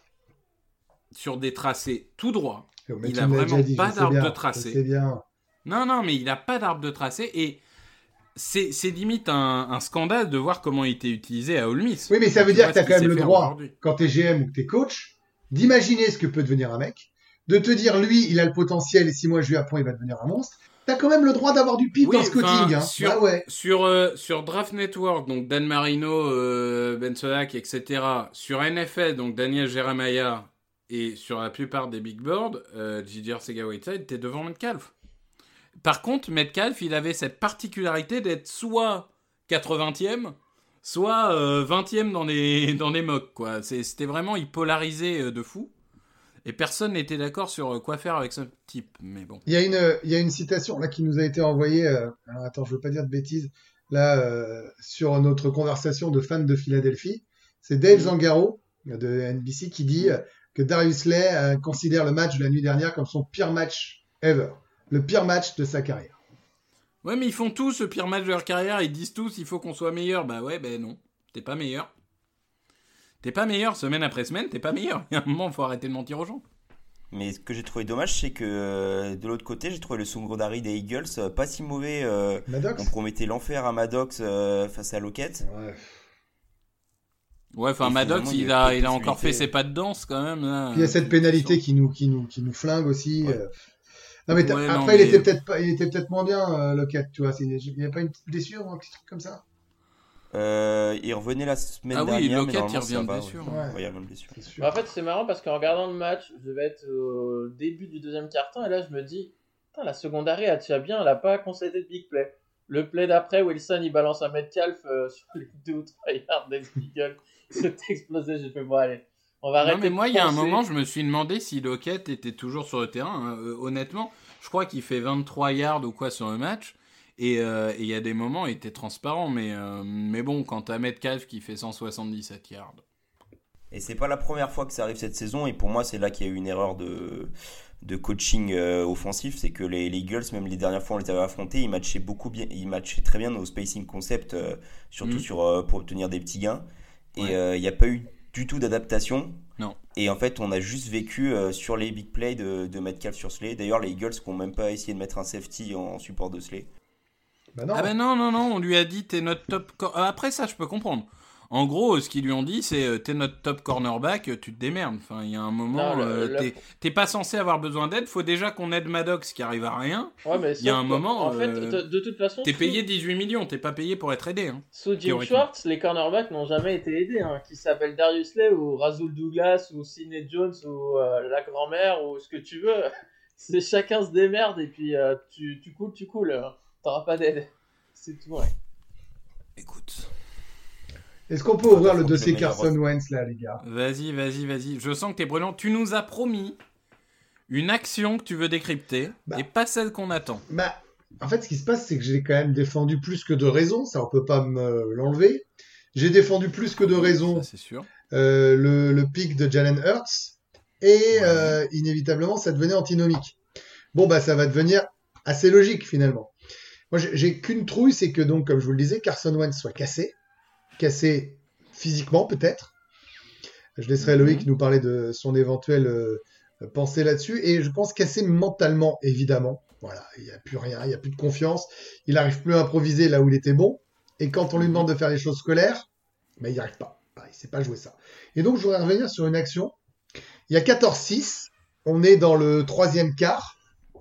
E: sur des tracés tout droit.
B: Mais
E: il
B: tu
E: a
B: me l'as
E: vraiment
B: déjà dit,
E: pas
B: je sais
E: d'arbre
B: bien,
E: de
B: je
E: tracé.
B: sais bien.
E: Non, non, mais il n'a pas d'arbre de tracé et c'est, c'est limite un, un scandale de voir comment il était utilisé à Ole Miss.
B: Oui, mais ça
E: Quand
B: veut
E: tu
B: dire
E: vois
B: que tu as
E: ce
B: quand
E: qu'il
B: même
E: sait
B: le
E: faire
B: droit,
E: aujourd'hui.
B: quand tu es G M ou que tu es coach, d'imaginer ce que peut devenir un mec, de te dire, lui, il a le potentiel et si moi je lui apprends, il va devenir un monstre. Tu as quand même le droit d'avoir du pif
E: Oui,
B: dans le scouting.
E: enfin,
B: Hein.
E: sur,
B: Bah ouais.
E: sur, euh, sur Draft Network, donc Dan Marino, euh, Ben Solak, et cetera. Sur N F L, donc Daniel Jeremiah, et sur la plupart des big boards, euh, J J Arcega-Whiteside était devant Metcalf. Par contre, Metcalf, il avait cette particularité d'être soit quatre-vingtième, soit euh, vingtième dans les, dans les mocks, quoi. C'est, c'était vraiment, il polarisait euh, de fou. Et personne n'était d'accord sur quoi faire avec ce type, mais bon.
B: Il y a une, il y a une citation là qui nous a été envoyée. Euh, alors attends, je veux pas dire de bêtises. Là, euh, sur notre conversation de fans de Philadelphie, c'est Dave Zangaro de N B C qui dit euh, que Darius Slay euh, considère le match de la nuit dernière comme son pire match ever, le pire match de sa carrière.
E: Ouais, mais ils font tous le pire match de leur carrière. Ils disent tous il faut qu'on soit meilleur. Bah ouais, ben non, t'es pas meilleur. T'es pas meilleur semaine après semaine, t'es pas meilleur. Il y a un moment, il faut arrêter de mentir aux gens.
G: Mais ce que j'ai trouvé dommage, c'est que euh, de l'autre côté, j'ai trouvé le secondary des Eagles euh, pas si mauvais. Euh,
B: Maddox.
G: on promettait l'enfer à Maddox euh, face à Lockett.
B: Ouais.
E: Ouais, enfin
G: Et
E: Maddox,
G: finalement, il y
E: il
G: a
E: a,
G: peu de
E: il a encore fait
G: possibilités.
E: ses pas de danse quand même. Là.
B: Puis il y a cette
E: Euh,
B: pénalité
E: sur-
B: qui nous, qui nous, qui nous flingue aussi.
G: Ouais.
B: euh. Non mais t'as-
E: Ouais, non,
B: après il
E: mais-
B: était peut-être pas, il était peut-être moins bien euh, Lockett, tu vois. c'est- Il n'y a pas une petite blessure ou un petit truc comme ça.
G: Euh, il revenait la semaine
E: Ah oui,
G: dernière. mais
E: Lockett, il
G: normalement,
E: revient
G: ça
E: de
G: va,
E: blessure.
G: Ouais.
B: Ouais.
G: Ouais, il revient de blessure.
B: C'est sûr.
F: Bah, en fait, c'est marrant parce qu'en regardant le match, je devais être au début du deuxième quart-temps et là, je me dis, putain, la secondary, elle tient bien, elle a pas concédé de big play. Le play d'après, Wilson, il balance un Metcalf euh, sur les deux ou trois yards des Eagles. Il s'est explosé, j'ai fait, bon, allez, on va arrêter.
E: Non, mais
F: de
E: moi, il y a un
F: foncer.
E: moment, je me suis demandé si Lockett était toujours sur le terrain. hein. Euh, honnêtement, je crois qu'il fait vingt-trois yards ou quoi sur le match. Et euh, et il y a des moments, il était transparent. Mais, euh, mais bon, quand t'as Metcalf qui fait cent soixante-dix-sept yards.
G: Et c'est pas la première fois que ça arrive cette saison. Et pour moi, c'est là qu'il y a eu une erreur de, de coaching euh, offensif. C'est que les, les Eagles, même les dernières fois on les avait affrontés, ils matchaient beaucoup bien, ils matchaient très bien nos spacing concepts, euh, surtout
E: Mhm.
G: sur, euh, pour obtenir des petits gains. Et
E: Ouais.
G: euh, il n'y a pas eu du tout d'adaptation.
E: Non.
G: Et en fait, on a juste vécu euh, sur les big plays de, de Metcalf sur Slay. D'ailleurs, les Eagles qui n'ont même pas essayé de mettre un safety en support de Slay.
B: Bah non.
E: Ah ben non, non, non, on lui a dit t'es notre top... cor- Ah, après ça, je peux comprendre. En gros, ce qu'ils lui ont dit, c'est euh, t'es notre top cornerback, euh, tu te démerdes. Enfin, il y a un moment,
F: Non, le-
E: euh,
F: le-
E: t'es, t'es pas censé avoir besoin d'aide. Faut déjà qu'on aide Maddox qui arrive à rien.
F: Ouais, mais
E: il y a
F: sauf
E: un
F: que,
E: moment,
F: En fait,
E: euh,
F: de, de toute façon,
E: T'es
F: sous-
E: payé dix-huit millions, t'es pas payé pour être aidé. Hein.
F: Sous Jim
E: théoriquement.
F: Schwartz, les cornerbacks n'ont jamais été aidés, hein, qu'ils s'appellent Darius Slay ou Razul Douglas ou Sidney Jones ou euh, la grand-mère ou ce que tu veux. C'est chacun se démerde et puis euh, tu, tu coules, tu coules. hein. T'auras pas d'aide. C'est tout, ouais.
E: Écoute,
B: Est-ce qu'on peut ouvrir le
G: Faut que
B: dossier
G: le meilleur
B: Carson Wentz là, les gars?
E: vas-y, vas-y, vas-y. Je sens que t'es brûlant. Tu nous as promis une action que tu veux décrypter
B: Bah.
E: et pas celle qu'on attend.
B: Bah, en fait, ce qui se passe, c'est que j'ai quand même défendu plus que de raison. Ça, on peut pas me l'enlever. J'ai défendu plus que de raison
E: Ça, c'est sûr.
B: euh, le, le pic de Jalen Hurts. Et
E: Ouais.
B: euh, inévitablement, ça devenait antinomique. Bon, bah, ça va devenir assez logique, finalement. Moi, j'ai- j'ai qu'une trouille, c'est que, donc, comme je vous le disais, Carson Wentz soit cassé. Cassé physiquement, peut-être. Je laisserai
E: Mhm.
B: Loïc nous parler de son éventuelle euh, pensée là-dessus. Et je pense cassé mentalement, évidemment. Voilà, il n'y a plus rien, il n'y a plus de confiance. Il n'arrive plus à improviser là où il était bon. Et quand on lui demande de faire les choses scolaires, ben, il n'y arrive pas. Il ne sait pas jouer ça. Et donc, je voudrais revenir sur une action. Il y a quatorze six. On est dans le troisième quart.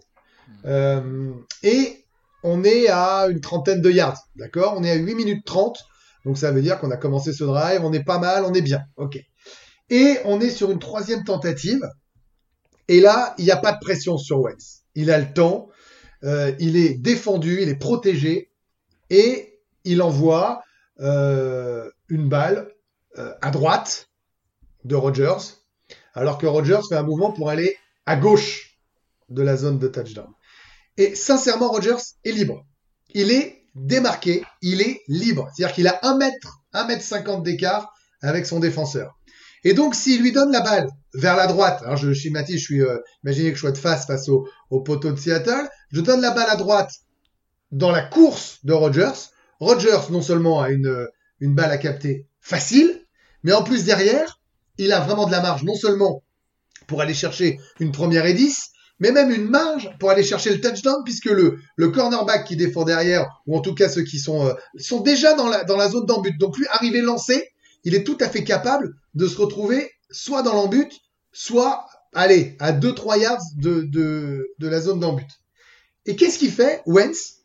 B: Euh, et on est à une trentaine de yards. D'accord? On est à huit minutes trente. Donc, ça veut dire qu'on a commencé ce drive. On est pas mal, on est bien. OK. Et on est sur une troisième tentative. Et là, il n'y a pas de pression sur Wentz. Il a le temps. Euh, il est défendu, il est protégé. Et il envoie euh, une balle euh, à droite de Rodgers, alors que Rodgers fait un mouvement pour aller à gauche de la zone de touchdown. Et sincèrement, Rodgers est libre. Il est démarqué, il est libre. C'est-à-dire qu'il a un mètre, un mètre cinquante d'écart avec son défenseur. Et donc, s'il lui donne la balle vers la droite, alors je schématise, je suis, euh, imaginez que je sois de face face au, au poteau de Seattle, je donne la balle à droite dans la course de Rodgers. Rodgers, non seulement a une, une balle à capter facile, mais en plus derrière, il a vraiment de la marge, non seulement pour aller chercher une première et dix, mais même une marge pour aller chercher le touchdown, puisque le, le cornerback qui défend derrière, ou en tout cas ceux qui sont, euh, sont déjà dans la, dans la zone d'embut. Donc lui, arrivé lancé, il est tout à fait capable de se retrouver soit dans l'embut, soit, allez, à deux trois yards de, de, de la zone d'embut. Et qu'est-ce qu'il fait, Wentz?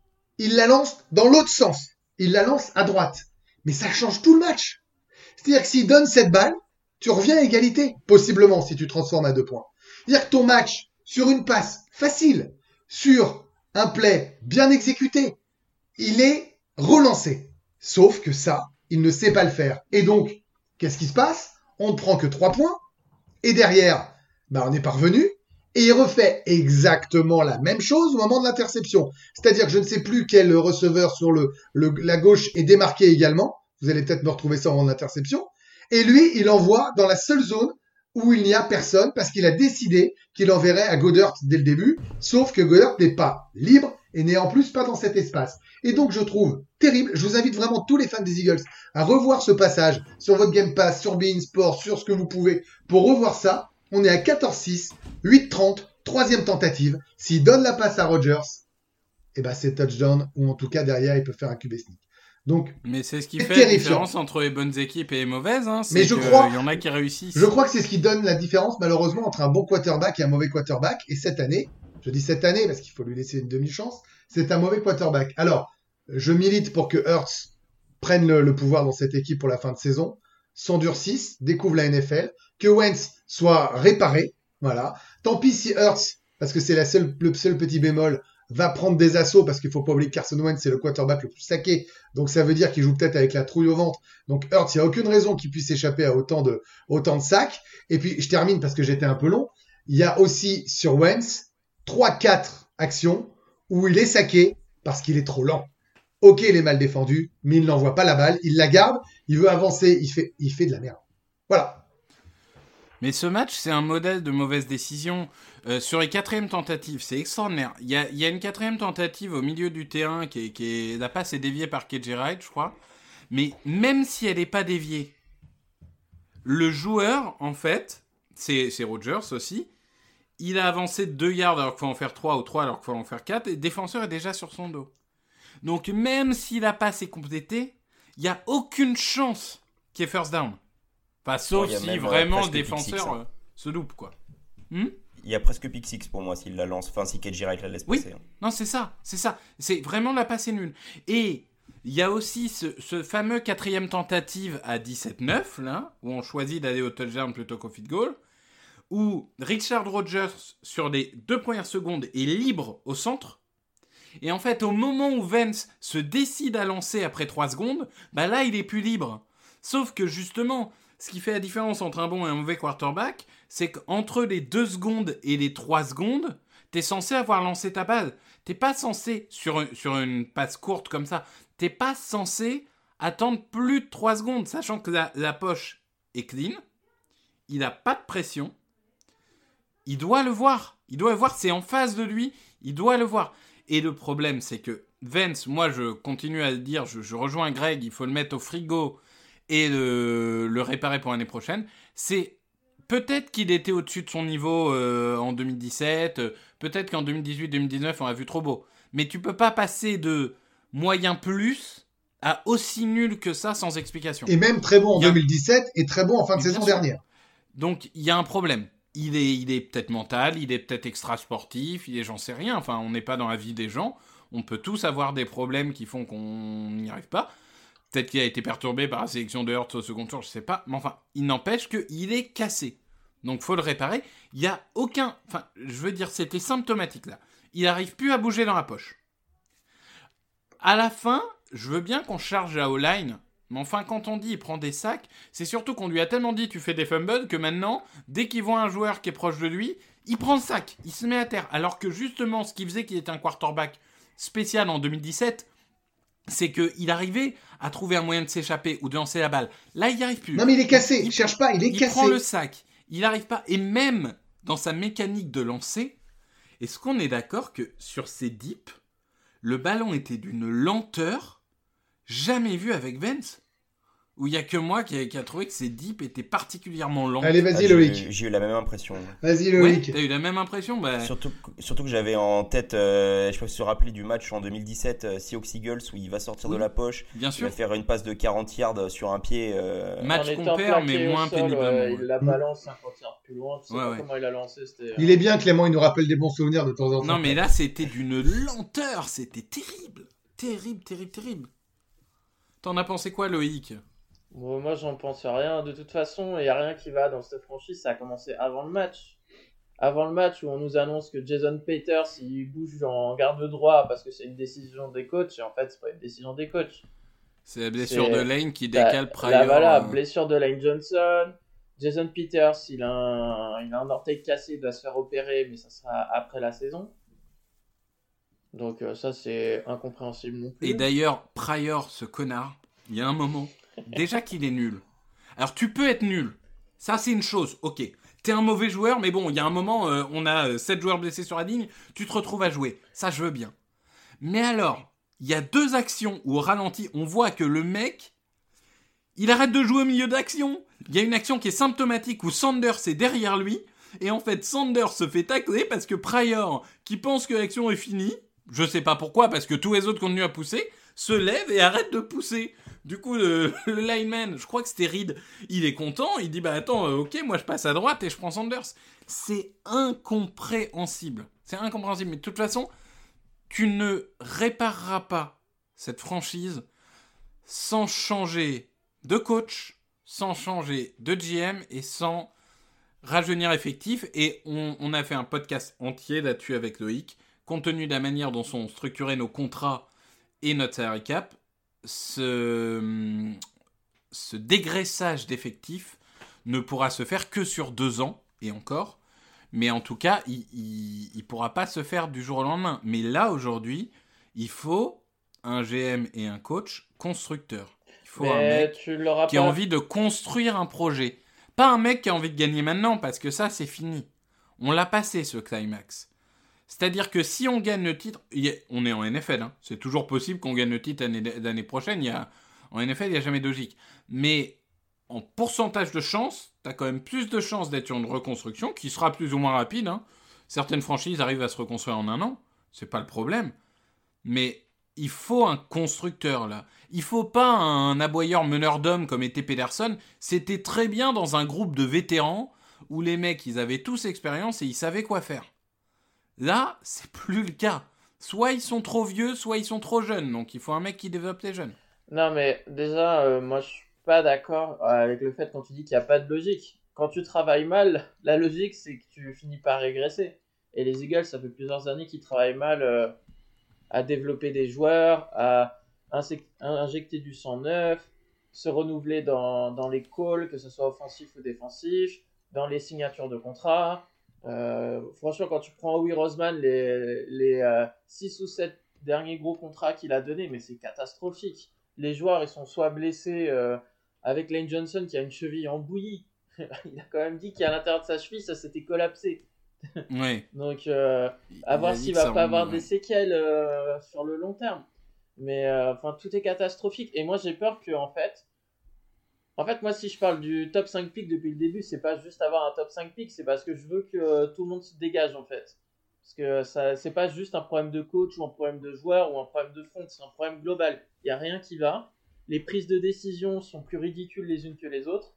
B: Il la lance dans l'autre sens. Il la lance à droite. Mais ça change tout le match. C'est-à-dire que s'il donne cette balle, tu reviens à égalité, possiblement, si tu transformes à deux points. C'est-à-dire que ton match, sur une passe facile, sur un play bien exécuté, il est relancé. Sauf que ça, il ne sait pas le faire. Et donc, qu'est-ce qui se passe? On ne prend que trois points. Et derrière, bah, on est parvenu. Et il refait exactement la même chose au moment de l'interception. C'est-à-dire que je ne sais plus quel receveur sur le, le, la gauche est démarqué également. Vous allez peut-être me retrouver ça au moment de l'interception. Et lui, il envoie dans la seule zone où il n'y a personne parce qu'il a décidé qu'il enverrait à Goddard dès le début. Sauf que Goddard n'est pas libre et n'est en plus pas dans cet espace. Et donc, je trouve terrible. Je vous invite vraiment tous les fans des Eagles à revoir ce passage sur votre Game Pass, sur beIN Sport, sur ce que vous pouvez pour revoir ça. On est à quatorze six, huit trente, troisième tentative. S'il donne la passe à Rodgers, eh ben c'est touchdown, ou en tout cas derrière, il peut faire un Q B sneak. Donc,
E: mais c'est ce qui
B: c'est
E: fait
B: terrifiant.
E: la différence entre les bonnes équipes et les mauvaises. Hein.
B: Mais
E: C'est
B: je
E: que
B: crois,
E: il y en a qui réussissent.
B: Je crois que c'est ce qui donne la différence, malheureusement, entre un bon quarterback et un mauvais quarterback. Et cette année, je dis cette année parce qu'il faut lui laisser une demi-chance, c'est un mauvais quarterback. Alors, je milite pour que Hurts prenne le, le pouvoir dans cette équipe pour la fin de saison, s'endurcisse, découvre la N F L, que Wentz soit réparé. Voilà. Tant pis si Hurts, parce que c'est la seule, le seul petit bémol, va prendre des assauts, parce qu'il faut pas oublier que Carson Wentz, c'est le quarterback le plus saqué. Donc ça veut dire qu'il joue peut-être avec la trouille au ventre. Donc Hurts, il n'y a aucune raison qu'il puisse échapper à autant de, autant de sacs. Et puis, je termine parce que j'étais un peu long. Il y a aussi sur Wentz trois quatre actions où il est saqué parce qu'il est trop lent. Ok, il est mal défendu, mais il n'envoie pas la balle. Il la garde, il veut avancer, il fait, il fait de la merde. Voilà.
E: Mais ce match, c'est un modèle de mauvaise décision. Euh, sur les quatrièmes tentatives, c'est extraordinaire. Il y a, il y a une quatrième tentative au milieu du terrain qui est, qui est la passe est déviée par K J Wright, je crois. Mais même si elle n'est pas déviée, le joueur, en fait, c'est, c'est Rodgers aussi, il a avancé de deux yards alors qu'il faut en faire trois ou trois alors qu'il faut en faire quatre, et le défenseur est déjà sur son dos. Donc même si la passe est complétée, il n'y a aucune chance qu'il y ait first down. Enfin, sauf
G: bon,
E: si vraiment le défenseur six, hein. euh, se loupe, quoi. Hmm
G: il y a presque pick six pour moi s'il la lance, enfin si K J Wright la laisse
E: oui.
G: passer. Hein.
E: Non, c'est ça, c'est ça. C'est vraiment la passe est nulle. Et il y a aussi ce, ce fameux quatrième tentative à dix-sept neuf, là, où on choisit d'aller au touchdown plutôt qu'au field goal, où Richard Rodgers, sur les deux premières secondes, est libre au centre. Et en fait, au moment où Vance se décide à lancer après trois secondes, bah là, il est plus libre. Sauf que justement, ce qui fait la différence entre un bon et un mauvais quarterback, c'est qu'entre les deux secondes et les trois secondes, t'es censé avoir lancé ta balle. T'es pas censé, sur, un, sur une passe courte comme ça, t'es pas censé attendre plus de trois secondes, sachant que la, la poche est clean, il a pas de pression, il doit le voir. Il doit le voir, c'est en face de lui, il doit le voir. Et le problème, c'est que Vance, moi je continue à le dire, je, je rejoins Greg, il faut le mettre au frigo et le, le réparer pour l'année prochaine. C'est peut-être qu'il était au-dessus de son niveau euh, en deux mille dix-sept, euh, peut-être qu'en deux mille dix-huit deux mille dix-neuf on a vu trop beau. Mais tu peux pas passer de moyen plus à aussi nul que ça sans explication.
B: Et même très bon en
E: a...
B: deux mille dix-sept et très bon en fin de
E: Mais
B: saison
E: sûr.
B: dernière.
E: Donc il y a un problème. Il est, il est peut-être mental, il est peut-être extra-sportif, il est j'en sais rien. Enfin, on n'est pas dans la vie des gens. On peut tous avoir des problèmes qui font qu'on n'y arrive pas. Peut-être qu'il a été perturbé par la sélection de Hurts au second tour, je sais pas. Mais enfin, il n'empêche qu'il est cassé. Donc, faut le réparer. Il n'y a aucun... Enfin, je veux dire, c'était symptomatique, là. Il n'arrive plus à bouger dans la poche. À la fin, je veux bien qu'on charge la O-line... Mais enfin, quand on dit il prend des sacs, c'est surtout qu'on lui a tellement dit tu fais des fumbles que maintenant, dès qu'il voit un joueur qui est proche de lui, il prend le sac, il se met à terre. Alors que justement, ce qui faisait qu'il était un quarterback spécial en deux mille dix-sept, c'est qu'il arrivait à trouver un moyen de s'échapper ou de lancer la balle. Là, il n'y arrive plus.
B: Non, mais il est cassé,
E: il
B: ne cherche pas, il est
E: il
B: cassé.
E: Il prend le sac, il n'arrive pas. Et même dans sa mécanique de lancer, est-ce qu'on est d'accord que sur ces dips, le ballon était d'une lenteur jamais vu avec Vance. Ou il y a que moi qui a, qui a trouvé que ces dips étaient particulièrement lents.
B: Allez, vas-y,
G: Ah,
B: Loïc.
G: J'ai, j'ai eu la même impression.
B: Vas-y,
E: Ouais,
B: Loïc.
E: t'as eu la même impression bah...
G: Surtout, que- surtout que j'avais en tête, euh, je peux se rappeler du match en deux mille dix-sept, euh, Seahawks Eagles, où il va sortir
E: Oui,
G: de la poche,
E: bien
G: il
E: sûr.
G: va faire une passe de quarante yards sur un pied. euh,
E: Match
F: En étant
E: compère, mais
F: plaqué au
E: moins
F: sol,
E: péniblement.
F: ouais, il
E: ouais.
F: la balance cinquante yards plus loin. Tu sais
E: Ouais,
F: pas
E: ouais.
F: comment il a lancé. C'était,
B: Il est bien, Clément, il nous rappelle des bons souvenirs de temps en temps.
E: Non, mais là, c'était d'une lenteur. C'était terrible. Terrible, terrible, terrible. T'en as pensé quoi, Loïc?
F: Bon, moi, j'en pense rien. De toute façon, il n'y a rien qui va dans cette franchise. Ça a commencé avant le match. Avant le match où on nous annonce que Jason Peters il bouge en garde droit parce que c'est une décision des coachs. Et en fait, c'est pas une décision des coachs.
E: C'est la blessure
F: C'est-
E: de Lane qui
F: Là,
E: décale Pryor.
F: là, voilà,
E: euh,
F: blessure de Lane Johnson. Jason Peters, il a, un, il a un orteil cassé, il doit se faire opérer, mais ça sera après la saison. Donc euh, ça, c'est incompréhensible non plus.
E: Et d'ailleurs, Pryor, ce connard, il y a un moment, déjà qu'il est nul. Alors, tu peux être nul. Ça, c'est une chose. Ok. T'es un mauvais joueur, mais bon, il y a un moment, euh, on a sept joueurs blessés sur la ligne, tu te retrouves à jouer. Ça, je veux bien. Mais alors, il y a deux actions où au ralenti, on voit que le mec, il arrête de jouer au milieu d'action. Il y a une action qui est symptomatique où Sanders est derrière lui. Et en fait, Sanders se fait tacler parce que Pryor, qui pense que l'action est finie, je sais pas pourquoi, parce que tous les autres continuent à pousser, se lève et arrête de pousser. Du coup, le, le lineman, je crois que c'était Reed, il est content, il dit bah attends, euh, ok, moi je passe à droite et je prends Sanders. C'est incompréhensible. C'est incompréhensible. Mais de toute façon, tu ne répareras pas cette franchise sans changer de coach, sans changer de G M et sans rajeunir effectif. Et on, on a fait un podcast entier là-dessus avec Loïc. Compte tenu de la manière dont sont structurés nos contrats et notre salary cap, ce, ce dégraissage d'effectifs ne pourra se faire que sur deux ans, et encore. Mais en tout cas, il ne pourra pas se faire du jour au lendemain. Mais là, aujourd'hui, il faut un G M et un coach constructeurs. Il faut
F: Mais
E: un mec
F: tu l'auras
E: qui
F: pas.
E: a envie de construire un projet. Pas un mec qui a envie de gagner maintenant, parce que ça, c'est fini. On l'a passé, ce climax. C'est-à-dire que si on gagne le titre, y a, on est en N F L, hein, c'est toujours possible qu'on gagne le titre l'année, l'année prochaine. Y a, en N F L, il n'y a jamais de logique. Mais en pourcentage de chance, tu as quand même plus de chances d'être sur une reconstruction qui sera plus ou moins rapide. Hein. Certaines franchises arrivent à se reconstruire en un an, c'est pas le problème. Mais il faut un constructeur là. Il faut pas un aboyeur meneur d'hommes comme était Pedersen. C'était très bien dans un groupe de vétérans où les mecs, ils avaient tous expérience et ils savaient quoi faire. Là, c'est plus le cas. Soit ils sont trop vieux, soit ils sont trop jeunes. Donc il faut un mec qui développe les jeunes.
F: Non, mais déjà, euh, moi, je suis pas d'accord avec le fait quand tu dis qu'il n'y a pas de logique. Quand tu travailles mal, la logique, c'est que tu finis par régresser. Et les Eagles, ça fait plusieurs années qu'ils travaillent mal euh, à développer des joueurs, à insec- injecter du sang neuf, se renouveler dans, dans les calls, que ce soit offensif ou défensif, dans les signatures de contrats. Euh, franchement, quand tu prends Howie Roseman, les, les six ou sept derniers gros contrats qu'il a donnés, mais c'est catastrophique. Les joueurs, ils sont soit blessés euh, avec Lane Johnson qui a une cheville en bouillie. Il a quand même dit qu'à l'intérieur de sa cheville, ça s'était collapsé.
E: Ouais.
F: Donc, euh,
E: Il
F: à
E: a
F: voir
E: dit
F: s'il
E: que
F: va
E: ça
F: pas avoir
E: remonte,
F: des
E: ouais.
F: séquelles euh, sur le long terme. Mais euh, enfin, tout est catastrophique. Et moi, j'ai peur que, en fait, en fait, moi, si je parle du top cinq pick depuis le début, c'est pas juste avoir un top cinq pick, c'est parce que je veux que euh, tout le monde se dégage, en fait. Parce que ça, c'est pas juste un problème de coach ou un problème de joueur ou un problème de fond, c'est un problème global. Il y a rien qui va. Les prises de décision sont plus ridicules les unes que les autres.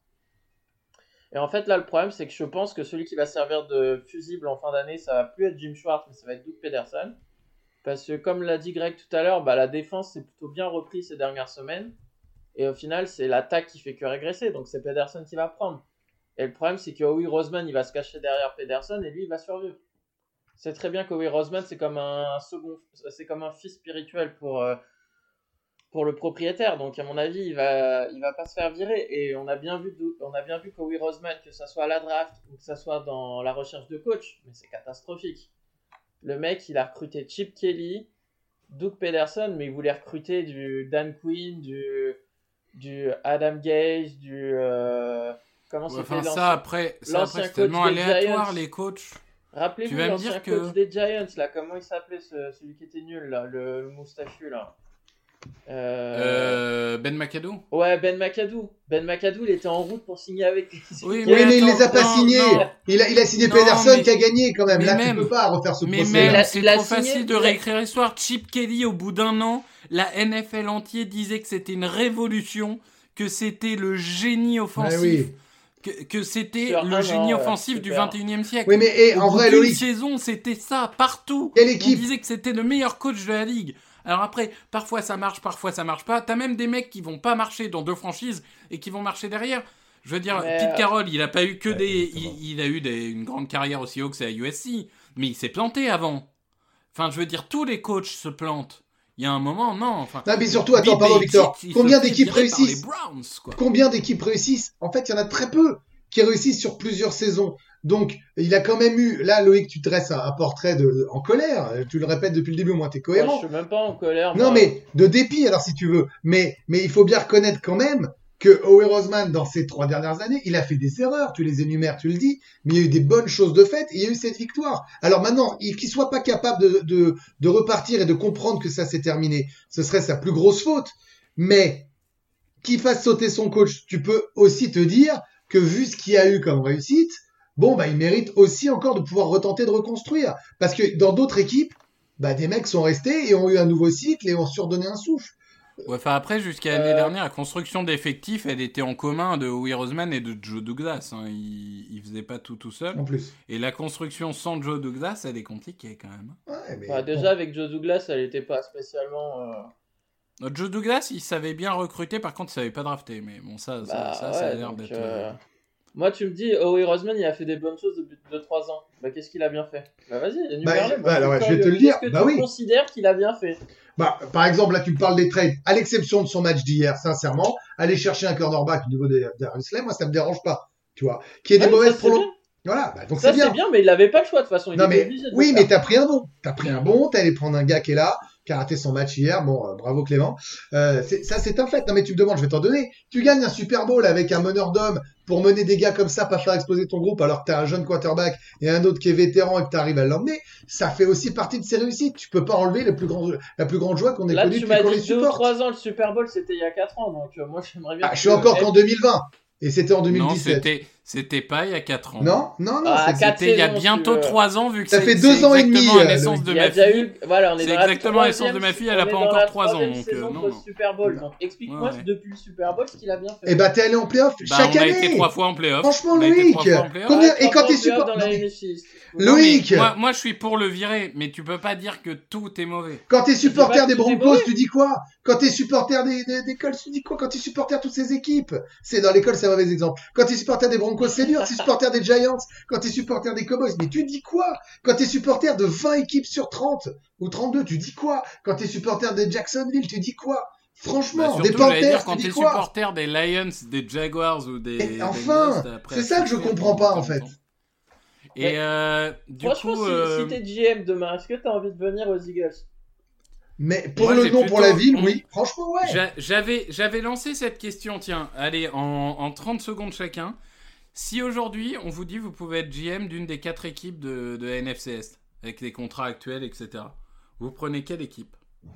F: Et en fait, là, le problème, c'est que je pense que celui qui va servir de fusible en fin d'année, ça va plus être Jim Schwartz, mais ça va être Doug Pederson. Parce que, comme l'a dit Greg tout à l'heure, bah, la défense s'est plutôt bien repris ces dernières semaines. Et au final, c'est l'attaque qui fait que régresser. Donc, c'est Pederson qui va prendre. Et le problème, c'est que Howie Roseman, il va se cacher derrière Pederson et lui, il va survivre. C'est très bien qu'Howie Roseman, c'est comme un second, c'est comme un fils spirituel pour... Euh, pour le propriétaire, donc à mon avis il va il va pas se faire virer. Et on a bien vu on a bien vu qu'Howie Roseman, que ça soit à la draft ou que ça soit dans la recherche de coach, mais c'est catastrophique. Le mec, il a recruté Chip Kelly, Doug Pederson, mais il voulait recruter du Dan Quinn, du du Adam Gase, du euh, comment
E: Ouais,
F: c'était
E: enfin,
F: l'ancien
E: ça après, ça,
F: l'ancien
E: après c'est tellement
F: coach des
E: aléatoire
F: Giants.
E: les coachs.
F: Rappelez-vous
E: Tu vas me
F: l'ancien
E: dire
F: coach
E: que-
F: des Giants là, comment il s'appelait ce, celui qui était nul là, le, le moustachu là. Euh...
E: Euh, Ben McAdoo.
F: Ouais, Ben McAdoo. Ben McAdoo, il était en route pour signer avec les
E: Oui,
B: Oui, mais,
E: mais
B: il les a
E: attends,
B: pas
E: non,
B: signés.
E: non.
B: Il a, il a signé
E: Non,
B: Pedersen
E: mais-
B: qui a gagné quand même.
E: mais
B: Là,
E: même-
B: tu peux pas refaire ce
E: Mais
B: procès.
E: même,
F: Il a-
E: c'est
F: il a
E: trop
F: signé-
E: facile de
F: il a-
E: réécrire l'histoire. Chip Kelly, au bout d'un an, la N F L entier disait que c'était une révolution, que c'était le génie offensif,
B: Ouais, oui.
E: que, que c'était
F: Sur
E: le
F: un
E: génie
F: an, ouais,
E: offensif du
F: super.
E: vingt et unième siècle.
B: Oui, mais eh,
E: Au
B: en
E: bout
B: vrai,
E: d'une
B: Loïc,
E: saison, c'était ça, partout.
B: quelle
E: On
B: équipe
E: disait que c'était le meilleur coach de la ligue. Alors après, parfois ça marche, parfois ça marche pas. T'as même des mecs qui vont pas marcher dans deux franchises et qui vont marcher derrière. Je veux dire,
F: Mais,
E: Pete
F: euh,
E: Carroll, il a pas eu que
G: Ouais,
E: des,
G: exactement.
E: il, il a eu des, une grande carrière aussi haut que c'est à U S C, mais il s'est planté avant. Enfin, je veux dire, tous les coachs se plantent. Il y a un moment, non. Enfin,
B: Non, mais surtout, attends,
E: Bill
B: pardon,
E: Belichick,
B: Victor.
E: il se
B: Combien
E: fait
B: d'équipes
E: virer par
B: réussissent
E: les Browns, quoi.
B: Combien d'équipes réussissent En fait, il y en a très peu qui réussissent sur plusieurs saisons. Donc, il a quand même eu. Là, Loïc, tu dresses un, un portrait de, en colère. Tu le répètes depuis le début, au moins, t'es
F: Moi, je
B: cohérent.
F: suis même pas en colère.
B: Non,
F: moi.
B: mais de dépit, alors, si tu veux. Mais, mais il faut bien reconnaître quand même que Howie Roseman, dans ces trois dernières années, il a fait des erreurs. Tu les énumères, tu le dis. Mais il y a eu des bonnes choses de fait et il y a eu cette victoire. Alors maintenant, il- qu'il soit pas capable de, de, de repartir et de comprendre que ça s'est terminé, ce serait sa plus grosse faute. Mais qu'il fasse sauter son coach, tu peux aussi te dire que vu ce qu'il y a eu comme réussite, bon, bah, il mérite aussi encore de pouvoir retenter de reconstruire. Parce que dans d'autres équipes, bah, des mecs sont restés et ont eu un nouveau cycle et ont surdonné un souffle.
E: Ouais, enfin après, jusqu'à l'année
F: Euh,
E: dernière, la construction d'effectifs, elle était en commun de Howie Roseman et de Joe Douglas. Hein. Il, il faisait pas tout tout seul.
B: En plus.
E: Et la construction sans Joe Douglas, elle est compliquée quand même.
B: Ouais, mais
F: Bah, déjà, avec Joe Douglas, elle était pas spécialement. euh,
E: Notre Joe Douglas, il savait bien recruter, par contre, il savait pas drafter. Mais bon, ça, ça,
F: Bah,
E: ça, ça a
F: ouais,
E: l'air
F: donc,
E: d'être.
F: euh,
E: euh,
F: Moi, tu me dis, Howie Roseman, il a fait des bonnes choses depuis deux trois ans. Bah, qu'est-ce qu'il a bien fait Bah, vas-y, énumère-les.
B: Bah,
F: Moi,
B: bah, alors,
F: veux
B: je vais
F: pas-
B: te le dire.
F: Qu'est-ce que
B: Bah
F: tu
B: oui.
F: considères qu'il a bien fait
B: Bah, par exemple, là, tu me parles des trades. À l'exception de son match d'hier, sincèrement, aller chercher un cornerback au niveau des, des Huxley, moi, ça me dérange pas. Tu vois. Qui est des
F: Ah, mais
B: mauvaises
F: ça, c'est
B: prolongations.
F: bien.
B: Voilà. Bah, donc
F: Ça,
B: c'est bien.
F: c'est bien, mais il avait pas le choix de toute façon. Il
B: Non,
F: était
B: mais,
F: obligé de
B: oui,
F: le
B: mais
F: faire.
B: t'as pris un bon. T'as pris un bon, t'es allé prendre un gars qui est là, qui a raté son match hier. Bon, euh, bravo Clément. Euh, c'est- ça, c'est un fait. Non, mais tu me demandes, je vais t'en donner. Tu gagnes un Super Bowl avec un meneur d'hommes pour mener des gars comme ça, pas faire exploser ton groupe alors que t'as un jeune quarterback et un autre qui est vétéran et que t'arrives à l'emmener. Ça fait aussi partie de ses réussites. Tu peux pas enlever le plus grand, la plus grande joie qu'on ait
F: Là,
B: connue
F: tu
B: depuis
F: m'as
B: qu'on les
F: dit deux ou
B: supporte.
F: trois ans, le Super Bowl, c'était il y a quatre ans. Donc, euh, moi, j'aimerais bien.
B: Ah,
F: que-
B: je suis encore qu'en deux mille vingt. Et c'était en deux mille
E: Non,
B: dix-sept.
E: c'était, c'était pas il y a quatre ans.
B: Non, non, non.
F: Ah,
B: c'est-
F: quatre
E: C'était il y a
F: saisons,
E: bientôt
F: si tu veux.
E: trois ans, vu que
B: Ça
E: c'est,
B: fait
E: c'est
B: deux ans et demi,
E: exactement la
B: euh,
E: naissance
B: Loïc.
E: de
F: Il y a
E: ma
F: déjà
E: fille.
F: eu, voilà, on est
E: C'est
F: dans la
E: exactement la naissance de
F: troisième-
E: ma fille, elle a
F: on
E: pas
F: est dans
E: encore
F: la
E: trois ans,
F: troisième
E: donc,
F: saison
E: euh, non,
F: post
E: non.
F: Super Bowl. Donc, explique-moi
E: Ouais, ouais.
F: depuis le Super Bowl ce qu'il a bien fait.
B: Eh ben, t'es allé en playoff
E: Bah,
B: chaque
E: on a
B: année.
E: été trois fois en playoff.
B: Franchement,
E: On a été
B: Loïc,
E: trois fois en playoff.
B: combien-
F: Ah,
B: et quand
F: trois
B: t'es
F: fois
B: support-
F: dans
B: non,
F: la
B: mais-
F: N F C.
E: Non, mais
B: Loïc,
E: moi, moi, je suis pour le virer, mais tu peux pas dire que tout est mauvais.
B: quand t'es supporter
F: pas
B: des
F: que tu t'es
B: Broncos,
F: mauvais.
B: tu dis quoi? Quand t'es supporter des, des, des Colts, tu dis quoi? Quand t'es supporter toutes ces équipes? C'est dans l'école, c'est un mauvais exemple. Quand t'es supporter des Broncos, c'est dur. T'es supporter des Giants. Quand t'es supporter des Cowboys, mais tu dis quoi? Quand t'es supporter de vingt équipes sur trente ou trente-deux, tu dis quoi? Quand t'es supporter des Jacksonville, tu dis quoi? Franchement,
E: Bah,
B: des
E: surtout, j'allais dire,
B: Panthers,
E: quand
B: tu
E: t'es
B: dis quoi?
E: supporter des Lions, des Jaguars ou des.
B: Et
E: des
B: enfin,
E: Bengals, après,
B: c'est ça que je
E: après,
B: comprends pas, en
E: temps.
B: fait.
E: Et euh, du
F: Franchement,
E: coup.
F: si,
E: euh,
F: si t'es G M demain, est-ce que t'as envie de venir aux Eagles?
B: Mais pour
E: Moi,
B: le
E: j'ai
B: nom, pour la
E: plutôt-
B: ville,
E: on-
B: oui. Franchement, ouais.
E: J'a- J'avais, j'avais lancé cette question, tiens, allez, en, en trente secondes chacun. Si aujourd'hui, on vous dit vous pouvez être G M d'une des quatre équipes de, de N F C Est, avec les contrats actuels, et cetera, vous prenez quelle équipe?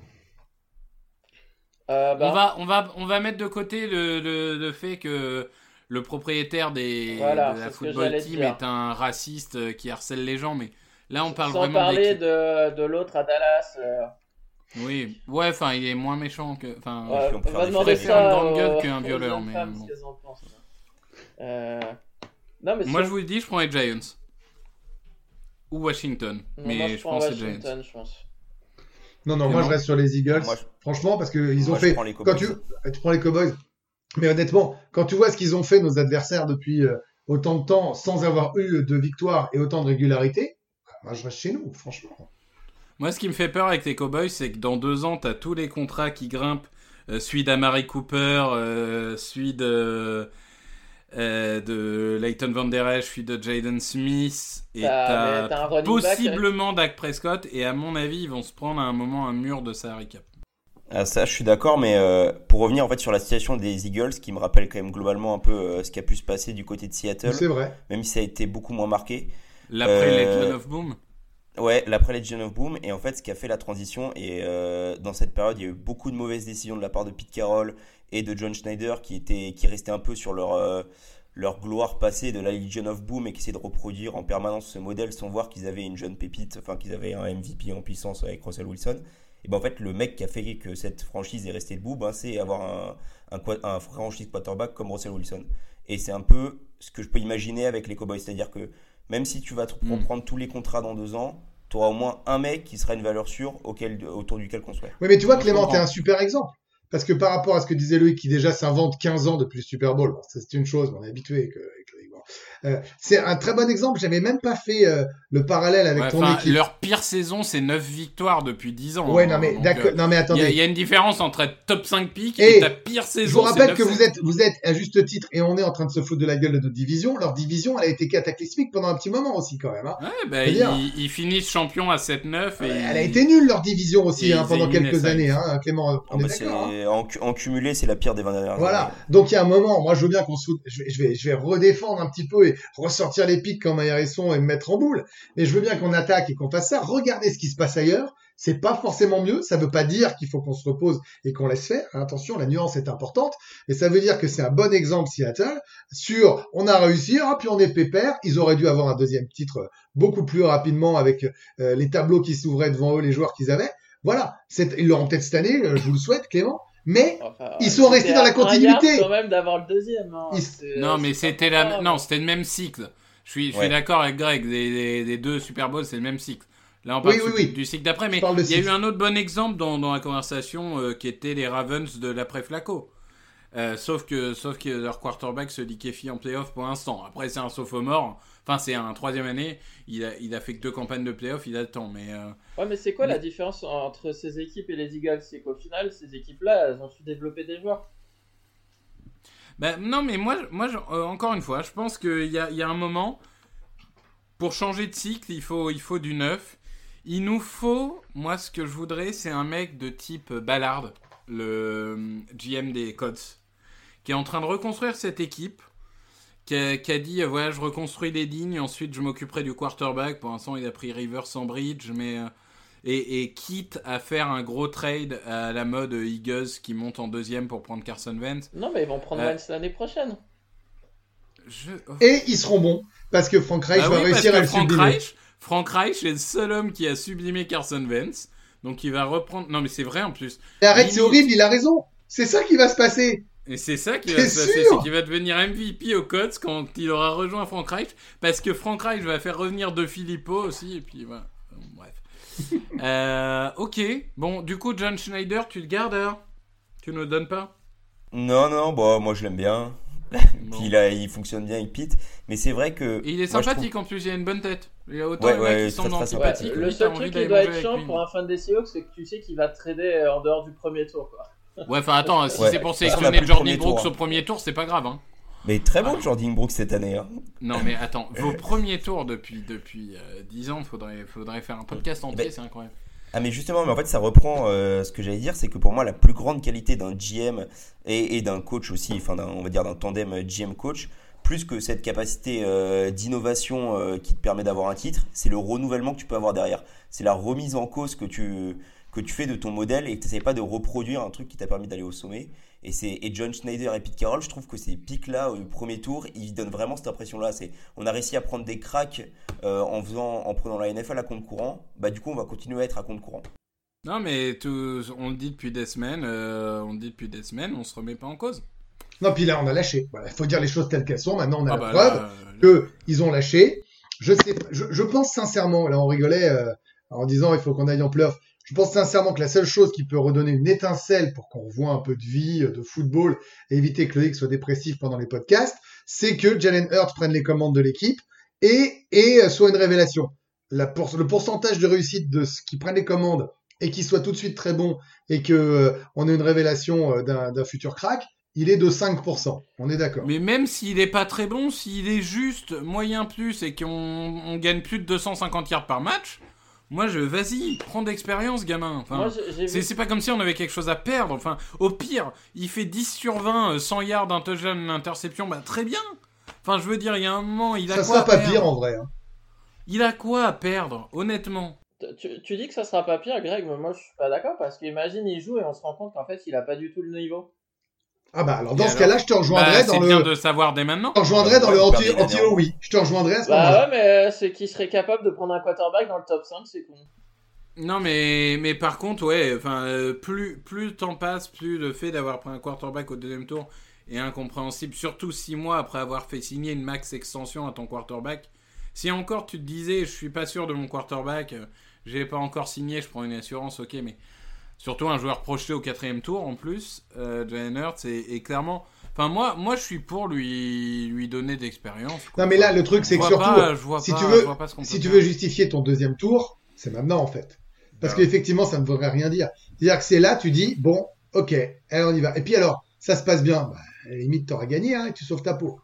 F: Euh, bah,
E: on, va, on, va, on va mettre de côté le, le, le fait que le propriétaire des,
F: Voilà,
E: de la
F: c'est ce que
E: football
F: j'allais
E: team
F: dire.
E: est un raciste euh, qui harcèle les gens, mais là, on parle
F: sans
E: vraiment
F: parler
E: d'équipe.
F: de, de l'autre à Dallas. euh,
E: Oui, ouais, enfin, il est moins méchant que... Enfin,
F: ouais,
G: puis on peut
F: on
G: faire
F: va
G: des
F: demander
G: faits.
E: faire une
F: ça
E: grande gueule
F: aux-
E: qu'un
F: aux
E: violeur,
F: jeunes
E: mais
F: femmes,
E: bon.
F: ce qu'elles en pensent. Euh, Non, mais
E: moi,
F: si
E: je vous le dis, je prends les Giants. Ou Washington,
F: on-
E: mais
F: moi,
E: je,
F: je prends
E: pense que c'est Giants.
F: Washington, je pense.
B: Non, non, moi
E: Clément
B: je reste sur les Eagles.
G: Moi, je-
B: Franchement, parce qu'ils
G: Moi,
B: ont
G: je
B: fait.
G: prends les
B: Quand
G: Cowboys.
B: tu... tu prends les Cowboys. Mais honnêtement, quand tu vois ce qu'ils ont fait, nos adversaires, depuis euh, autant de temps, sans avoir eu de victoire et autant de régularité, bah, moi je reste chez nous, franchement.
E: Moi, ce qui me fait peur avec les Cowboys, c'est que dans deux ans, t'as tous les contrats qui grimpent. Euh, celui d'Amari Cooper, euh, celui de, euh, de Leighton Van Der Esch, celui de Jaden Smith. Et
F: T'as- mais
E: t'as,
F: t'as un running back,
E: possiblement Dak Prescott. Et à mon avis, ils vont se prendre à un moment un mur de salary cap.
G: Ah, ça, je suis d'accord, mais euh, pour revenir en fait sur la situation des Eagles, qui me rappelle quand même globalement un peu euh, ce qui a pu se passer du côté de Seattle,
B: C'est vrai.
G: même si ça a été beaucoup moins marqué.
E: L'après
G: Euh,
E: les Legion of Boom.
G: Ouais, l'après Legion of Boom, et en fait, ce qui a fait la transition, et euh, dans cette période, il y a eu beaucoup de mauvaises décisions de la part de Pete Carroll et de John Schneider qui étaient, qui restaient un peu sur leur, euh, leur gloire passée de la Legion of Boom et qui essayaient de reproduire en permanence ce modèle sans voir qu'ils avaient une jeune pépite, enfin qu'ils avaient un M V P en puissance avec Russell Wilson. Et ben en fait, le mec qui a fait que cette franchise est restée debout, ben, c'est avoir un, un, un franchise quarterback comme Russell Wilson. Et c'est un peu ce que je peux imaginer avec les Cowboys, c'est-à-dire que même si tu vas te
E: Mm.
G: prendre tous les contrats dans deux ans, tu auras au moins un mec qui sera une valeur sûre auquel, autour duquel construire.
B: Oui, mais tu vois,
E: Moi, je
B: Clément,
E: comprends.
B: t'es un super exemple. Parce que par rapport à ce que disait Loïc, qui déjà s'invente quinze ans depuis le Super Bowl, bon, ça c'est une chose, on est habitué avec, euh, avec Loïc. Bon. Euh, c'est un très bon exemple. J'avais même pas fait euh, le parallèle avec
E: Ouais,
B: ton
E: enfin,
B: équipe.
E: leur pire saison, c'est neuf victoires depuis dix ans.
B: Ouais,
E: hein,
B: non mais
E: donc,
B: d'accord.
E: euh,
B: Non mais
E: Il y, a-
B: attendez.
E: il y a une différence entre être top cinq pick
B: Et
E: et ta pire saison.
B: Je vous rappelle
E: c'est
B: que
E: neuf
B: vous
E: sept.
B: êtes, vous êtes à juste titre, et on est en train de se foutre de la gueule de notre division. Leur division, elle a été cataclysmique pendant un petit moment aussi, quand même. Hein.
E: Ouais, bah,
B: C'est-à-dire-
E: ils, ils finissent champions à sept neuf. Et
B: Elle a été nulle, leur division aussi,
E: et
B: hein,
E: ils
B: pendant
E: éliminent
B: quelques
E: les
B: années,
E: Saints.
B: hein, Clément.
G: Ah
B: On
G: bah,
B: est
G: c'est,
B: d'accord. Hein.
G: en, cu- en cumulé, c'est la pire des vingt dernières
B: Voilà.
G: années.
B: Donc il y a un moment, moi je veux bien qu'on se foute, je vais, je vais, je vais redéfendre un petit peu et ressortir les pics comme un hérisson et me mettre en boule. Mais je veux bien qu'on attaque et qu'on fasse ça. Regardez ce qui se passe ailleurs. C'est pas forcément mieux. Ça veut pas dire qu'il faut qu'on se repose et qu'on laisse faire. Attention, la nuance est importante. Mais ça veut dire que c'est un bon exemple Seattle sur on a réussi, ah, puis on est pépère. Ils auraient dû avoir un deuxième titre beaucoup plus rapidement avec euh, les tableaux qui s'ouvraient devant eux, les joueurs qu'ils avaient. Voilà. C'est, ils l'auront peut-être cette année. euh, Je vous le souhaite, Clément. Mais
F: Enfin,
B: Ils sont restés
F: c'était
B: dans la
F: à un
B: continuité.
F: yard quand même d'avoir le deuxième. Hein.
B: Ils-
F: C'est-
E: Non, mais
F: c'est
E: c'était
F: pas
E: la,
F: grave.
E: non, c'était le même cycle. Je suis, je suis
G: Ouais.
E: d'accord avec Greg. Des, des, des deux Super Bowls, c'est le même cycle. Là, on parle
B: Oui, oui,
E: du-
B: oui.
E: du cycle d'après,
B: Je
E: mais
B: parle de
E: il y a eu
B: cycle.
E: un autre bon exemple dans, dans la conversation euh, qui était les Ravens de l'après Flacco. Euh, sauf que, sauf que leur quarterback se liquéfie en playoff pour l'instant. Après, c'est un sophomore. Enfin, c'est un troisième année. Il a, il a fait que deux campagnes de playoff. Il a le temps, mais. Euh...
F: Ouais, mais c'est quoi
E: Mais-
F: la différence entre ces équipes et les Eagles? C'est qu'au final, ces équipes-là, elles ont su développer des joueurs.
E: Ben, non, mais moi, moi je- euh, encore une fois, je pense qu'il y a, il y a un moment, pour changer de cycle, il faut, il faut du neuf. Il nous faut, moi, ce que je voudrais, c'est un mec de type Ballard, le euh, G M des Colts, qui est en train de reconstruire cette équipe, qui a, qui a dit, euh, voilà, je reconstruis les lignes, ensuite je m'occuperai du quarterback. Pour l'instant, il a pris Rivers en bridge, mais... euh, et, et quitte à faire un gros trade à la mode Eagles qui monte en deuxième pour prendre Carson Wentz.
F: Non, mais ils vont prendre
E: Ouais.
F: Wentz l'année prochaine.
E: Je...
B: Et ils seront bons parce que Frank Reich
E: Ah
B: va
E: oui,
B: réussir
E: parce
B: à
E: que
B: le
E: Frank
B: sublimer.
E: Reich, Frank Reich est le seul homme qui a sublimé Carson Wentz. Donc il va reprendre... Non mais c'est vrai en plus.
B: Mais arrête,
E: Limite.
B: c'est horrible, il a raison. C'est ça qui va se passer.
E: Et c'est ça qui
B: T'es
E: va se passer,
B: sûr
E: c'est qu'il va devenir M V P aux Colts quand il aura rejoint Frank Reich. Parce que Frank Reich va faire revenir De Filippo aussi. Et puis voilà. Euh, Bref. euh, ok. Bon, du coup, John Schneider, tu le gardes alors? Tu ne le donnes pas?
G: Non, non, bon, moi je l'aime bien.
E: Bon.
G: Puis là, il fonctionne bien avec Pete. Mais c'est vrai que.
E: Et il est
G: moi, je
E: sympathique en plus, il a une bonne tête. Il a autant
G: Ouais,
E: le mec
G: ouais,
E: qui semble
G: très, très
F: Ouais,
E: antipathique.
F: le
E: lui,
F: seul
E: t'as envie
F: truc
E: d'aller
F: qui doit
E: manger
F: être
E: avec
F: chiant
E: lui.
F: pour un fan des Seahawks, c'est que tu sais qu'il va trader en dehors du premier tour. Quoi.
E: Ouais, enfin attends, si
G: Ouais.
E: c'est pour
G: Parce qu'on a
E: sélectionner
G: plus le
E: Jordan
G: premier
E: Brooks
G: tour,
E: au
G: hein.
E: premier tour, c'est pas grave, hein.
G: Mais très bon,
E: Ah.
G: Jordan Brooks cette année. Hein.
E: Non mais attends, vos premiers tours depuis, depuis euh, dix ans, faudrait, faudrait faire un podcast entier,
G: Ben,
E: c'est incroyable.
G: Ah mais justement, mais en fait ça reprend euh, ce que j'allais dire, c'est que pour moi la plus grande qualité d'un G M et, et d'un coach aussi, enfin d'un, on va dire d'un tandem G M coach, plus que cette capacité euh, d'innovation euh, qui te permet d'avoir un titre, c'est le renouvellement que tu peux avoir derrière. C'est la remise en cause que tu, que tu fais de ton modèle et que tu n'essayes pas de reproduire un truc qui t'a permis d'aller au sommet. Et, c'est, et John Schneider et Pete Carroll, je trouve que ces pics-là au premier tour, ils donnent vraiment cette impression-là. C'est, on a réussi à prendre des cracks euh, en, faisant, en prenant la N F L à compte courant, bah du coup on va continuer à être à compte courant.
E: Non mais tout, on le dit depuis des semaines, euh, on le dit depuis des semaines, on se remet pas en cause.
B: Non, puis là, on a lâché. Voilà, il faut dire les choses telles qu'elles sont. Maintenant, on a
E: Ah
B: la
E: bah
B: preuve
E: là, euh,
B: qu'ils ont lâché. Je sais, pas- je, je pense sincèrement, là, on rigolait euh, en disant il faut qu'on aille en playoff. Je pense sincèrement que la seule chose qui peut redonner une étincelle pour qu'on revoie un peu de vie, de football, et éviter que Loïc soit dépressif pendant les podcasts, c'est que Jalen Hurts prenne les commandes de l'équipe et, et euh, soit une révélation. La pour- le pourcentage de réussite de ce qui prennent les commandes et qui soit tout de suite très bon et que euh, on ait une révélation euh, d'un, d'un futur crack, il est de cinq pour cent. On est d'accord.
E: mais même s'il est pas très bon, s'il est juste moyen plus et qu'on on gagne plus de deux cent cinquante yards par match, moi je vas-y, prends d'expérience gamin. Enfin,
F: Moi, j'ai, j'ai
E: c'est,
F: vu...
E: c'est pas comme si on avait quelque chose à perdre. Enfin, au pire, il fait dix sur vingt, euh, cent yards, un touchdown, une interception, bah très bien. Enfin, je veux dire, il y a un moment, il a
B: Ça
E: quoi
B: sera
E: à
B: pas
E: perdre.
B: pire en vrai. Hein.
E: Il a quoi à perdre, honnêtement?
F: Tu, tu dis que ça sera pas pire, Greg, mais moi je suis pas d'accord parce qu'imagine il joue et on se rend compte qu'en fait il a pas du tout le niveau.
B: Ah bah alors dans
E: Et
B: ce
E: alors
B: cas-là, je te rejoindrai
E: Bah,
B: dans
E: c'est
B: le.
E: bien de savoir dès maintenant.
B: Je te rejoindrai dans le
G: Ouais,
B: anti,
G: perdez
B: anti
G: l'année.
B: oui. Je te rejoindrai à ce moment-là.
F: Bah ouais, mais euh, c'est qu'il serait capable de prendre un quarterback dans le top cinq, c'est con.
E: Non, mais, mais par contre, ouais, enfin, euh, plus, plus le temps passe, plus le fait d'avoir pris un quarterback au deuxième tour est incompréhensible, surtout six mois après avoir fait signer une max extension à ton quarterback. Si encore tu te disais, je suis pas sûr de mon quarterback, euh, j'ai pas encore signé, je prends une assurance, ok, mais surtout un joueur projeté au quatrième tour en plus, euh, Jalen Hurts, et, et clairement, enfin, moi, moi je suis pour lui, lui donner d'expérience. quoi.
B: Non mais là, le truc, c'est
E: Je
B: que
E: vois
B: surtout,
E: pas, je vois
B: si
E: pas-
B: tu veux,
E: je vois pas ce qu'on
B: si
E: peut
B: tu
E: faire.
B: veux justifier ton deuxième tour, c'est maintenant en fait. Parce
E: Ah.
B: qu'effectivement, ça ne voudrait rien dire. C'est-à-dire que c'est là, tu dis, bon, ok, allez, on y va. Et puis alors, ça se passe bien. Bah, à la limite, t'auras gagné, hein, et tu sauves ta peau.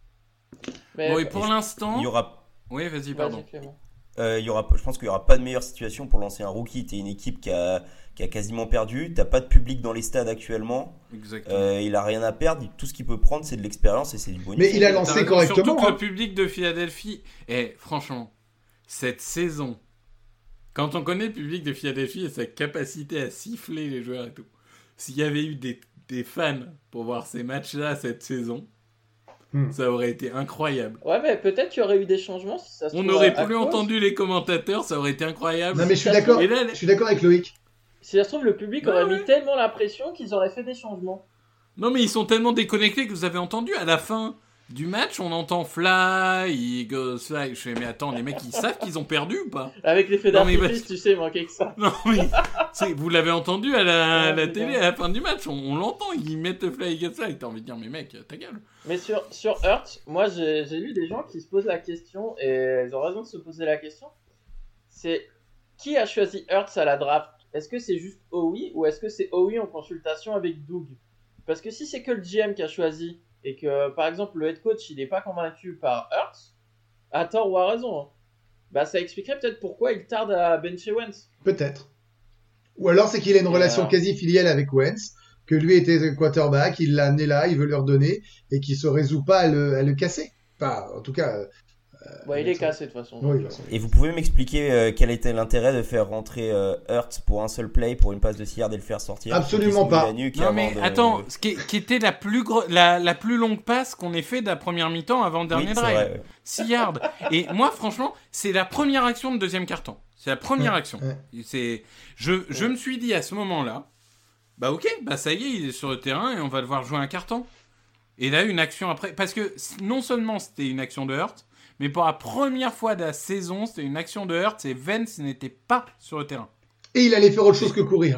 F: Mais
E: Bon, et pour
G: Il
E: l'instant...
G: y aura,
E: Oui, vas-y,
F: Vas-y,
E: pardon.
F: Clément.
G: euh, il y aura, je pense qu'il y aura pas de meilleure situation pour lancer un rookie. T'es une équipe qui a, qui a quasiment perdu. T'as pas de public dans les stades actuellement.
E: Exactement.
G: Euh, il a rien à perdre. Tout ce qu'il peut prendre, c'est de l'expérience et c'est du bonus.
B: Mais il a
E: T'as
B: lancé
E: raison,
B: correctement.
E: Surtout que
B: hein.
E: le public de Philadelphie... Eh, franchement, cette saison, quand on connaît le public de Philadelphie et sa capacité à siffler les joueurs et tout, s'il y avait eu des, des fans pour voir ces matchs-là cette saison,
B: Hmm.
E: ça aurait été incroyable.
F: Ouais, mais peut-être qu'il y aurait eu des changements si ça se
E: On
F: trouve,
E: n'aurait
F: à
E: plus
F: cause.
E: entendu les commentateurs, ça aurait été incroyable.
B: Non mais je suis
F: Ça se
B: d'accord.
E: Et là,
B: Je suis d'accord avec Loïc.
F: Si ça se trouve, le public
E: Ouais,
F: aurait
E: ouais.
F: mis tellement la pression qu'ils auraient fait des changements.
E: Non mais ils sont tellement déconnectés que vous avez entendu à la fin du match, on entend Fly, Eagles Fly. Je fais mais attends, les mecs ils savent qu'ils ont perdu ou pas?
F: Avec les feux
E: Non, mais
F: d'artifice,
E: parce-
F: tu sais, il manquait que ça.
E: Non mais c'est- vous l'avez entendu à la, à la
F: Ouais, c'est
E: télé
F: ça.
E: à la fin du match, on, on l'entend, ils mettent Fly, Eagles Fly. T'as envie de dire mais mec, ta gueule.
F: Mais sur, sur Hurts, moi j'ai j'ai lu des gens qui se posent la question, et ils ont raison de se poser la question. C'est qui a choisi Hurts à la draft? Est-ce que c'est juste Howie ou est-ce que c'est Howie en consultation avec Doug? Parce que si c'est que le G M qui a choisi et que par exemple le head coach il n'est pas convaincu par Hurts, à tort ou à raison, hein, bah ça expliquerait peut-être pourquoi il tarde à bencher Wentz.
B: Peut-être. Ou alors c'est qu'il a une
F: Et
B: relation
F: alors
B: quasi filiale avec Wentz, que lui était quarterback, il l'a amené là, il veut leur donner, et qu'il se résout pas à le, à le casser. Enfin, en tout cas. euh,
F: Ouais, il est cassé de toute façon.
B: Oui,
F: donc,
B: bah,
G: Et vous pouvez m'expliquer euh, quel était l'intérêt de faire rentrer euh, Hurts pour un seul play pour une passe de six yards et le faire sortir?
B: Absolument
G: plutôt qu'il se
B: pas.
G: mouille la nuque
E: Non
G: avant
E: mais
G: de-
E: attends, ce qui, est- qui était la plus gro- la, la plus longue passe qu'on ait fait de la première mi-temps avant le dernier
G: Oui, c'est
E: drive.
G: vrai, ouais.
E: six yards. Et moi, franchement, c'est la première action de deuxième quart-temps. C'est la première
B: Ouais,
E: action.
B: ouais.
E: C'est, je, je me suis dit à ce moment-là, bah ok, bah ça y est, il est sur le terrain et on va le voir jouer un carton. Et là, une action après, parce que non seulement c'était une action de Hurts, mais pour la première fois de la saison, c'était une action de Hurts et Vance n'était pas sur le terrain.
B: Et il allait faire autre chose que courir.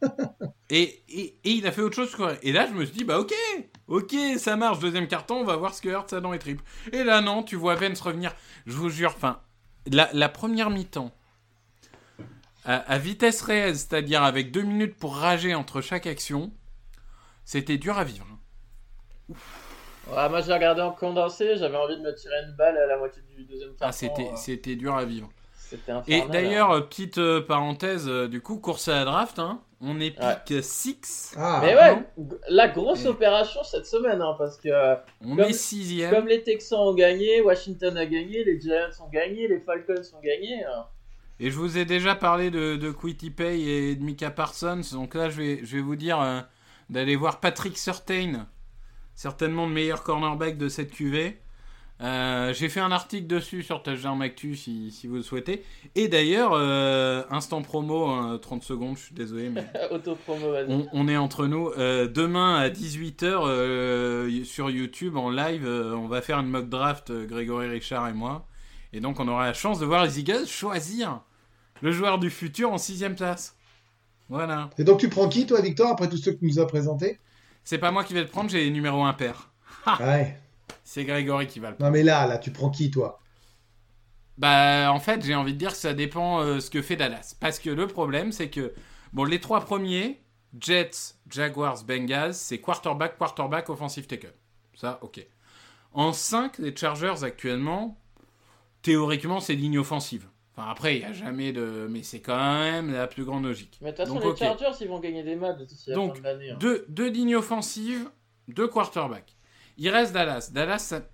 E: Et, et, et il a fait autre chose que... Et là, je me suis dit, bah ok, ok, ça marche, deuxième carton, on va voir ce que Hurts a dans les tripes. Et là, non, tu vois Vance revenir, je vous jure, enfin, la, la première mi-temps, à, à vitesse réelle, c'est-à-dire avec deux minutes pour rager entre chaque action, c'était dur à vivre.
F: Ouais, moi j'ai regardé en condensé, j'avais envie de me tirer une balle à la moitié du deuxième quart-temps.
E: Ah, c'était,
F: euh,
E: c'était dur à vivre.
F: C'était
E: Et
F: infernal.
E: d'ailleurs,
F: hein.
E: euh, petite euh, parenthèse, euh, du coup, course à la draft, hein, on est pick six,
B: Ah,
F: Mais ouais,
E: non.
F: g- la grosse
E: Et-
F: opération cette semaine, hein, parce que euh,
E: on
F: Comme-
E: est sixième.
F: comme les Texans ont gagné, Washington a gagné, les Giants ont gagné, les Falcons ont gagné. hein.
E: Et je vous ai déjà parlé de, de Quitty Pay et de Micah Parsons. Donc là, je vais, je vais vous dire euh, d'aller voir Patrick Surtain, certainement le meilleur cornerback de cette Q V. Euh, j'ai fait un article dessus sur Touchdown Actu si, si vous le souhaitez. Et d'ailleurs, euh, instant promo, hein, trente secondes, je suis désolé, mais
F: Auto-promo, vas-y.
E: on, on est entre nous. Euh, demain à dix-huit heures euh, sur YouTube en live, euh, on va faire une mock draft, euh, Grégory Richard et moi. Et donc on aura la chance de voir les Eagles choisir le joueur du futur en sixième place. Voilà.
B: Et donc tu prends qui, toi, Victor, après tout ce que tu nous as présenté?
E: C'est pas moi qui vais le prendre, j'ai les numéros impairs.
B: Ouais.
E: C'est Grégory qui va le prendre.
B: Non mais là, là, tu prends qui, toi?
E: Bah en fait j'ai envie de dire que ça dépend euh, ce que fait Dallas. Parce que le problème c'est que, bon les trois premiers, Jets, Jaguars, Bengals, c'est quarterback, quarterback, offensive tackle. Ça, ok. En cinq, les Chargers actuellement, théoriquement c'est ligne offensive. Enfin après il n'y a jamais de... Mais c'est quand même la plus grande logique.
F: Mais de toute façon,
E: Donc,
F: les
E: ok.
F: Chargers, ils vont gagner des matchs d'ici la
E: Donc,
F: fin de l'année. hein.
E: Deux, deux lignes offensives, deux quarterbacks. Il reste Dallas. Dallas, ça-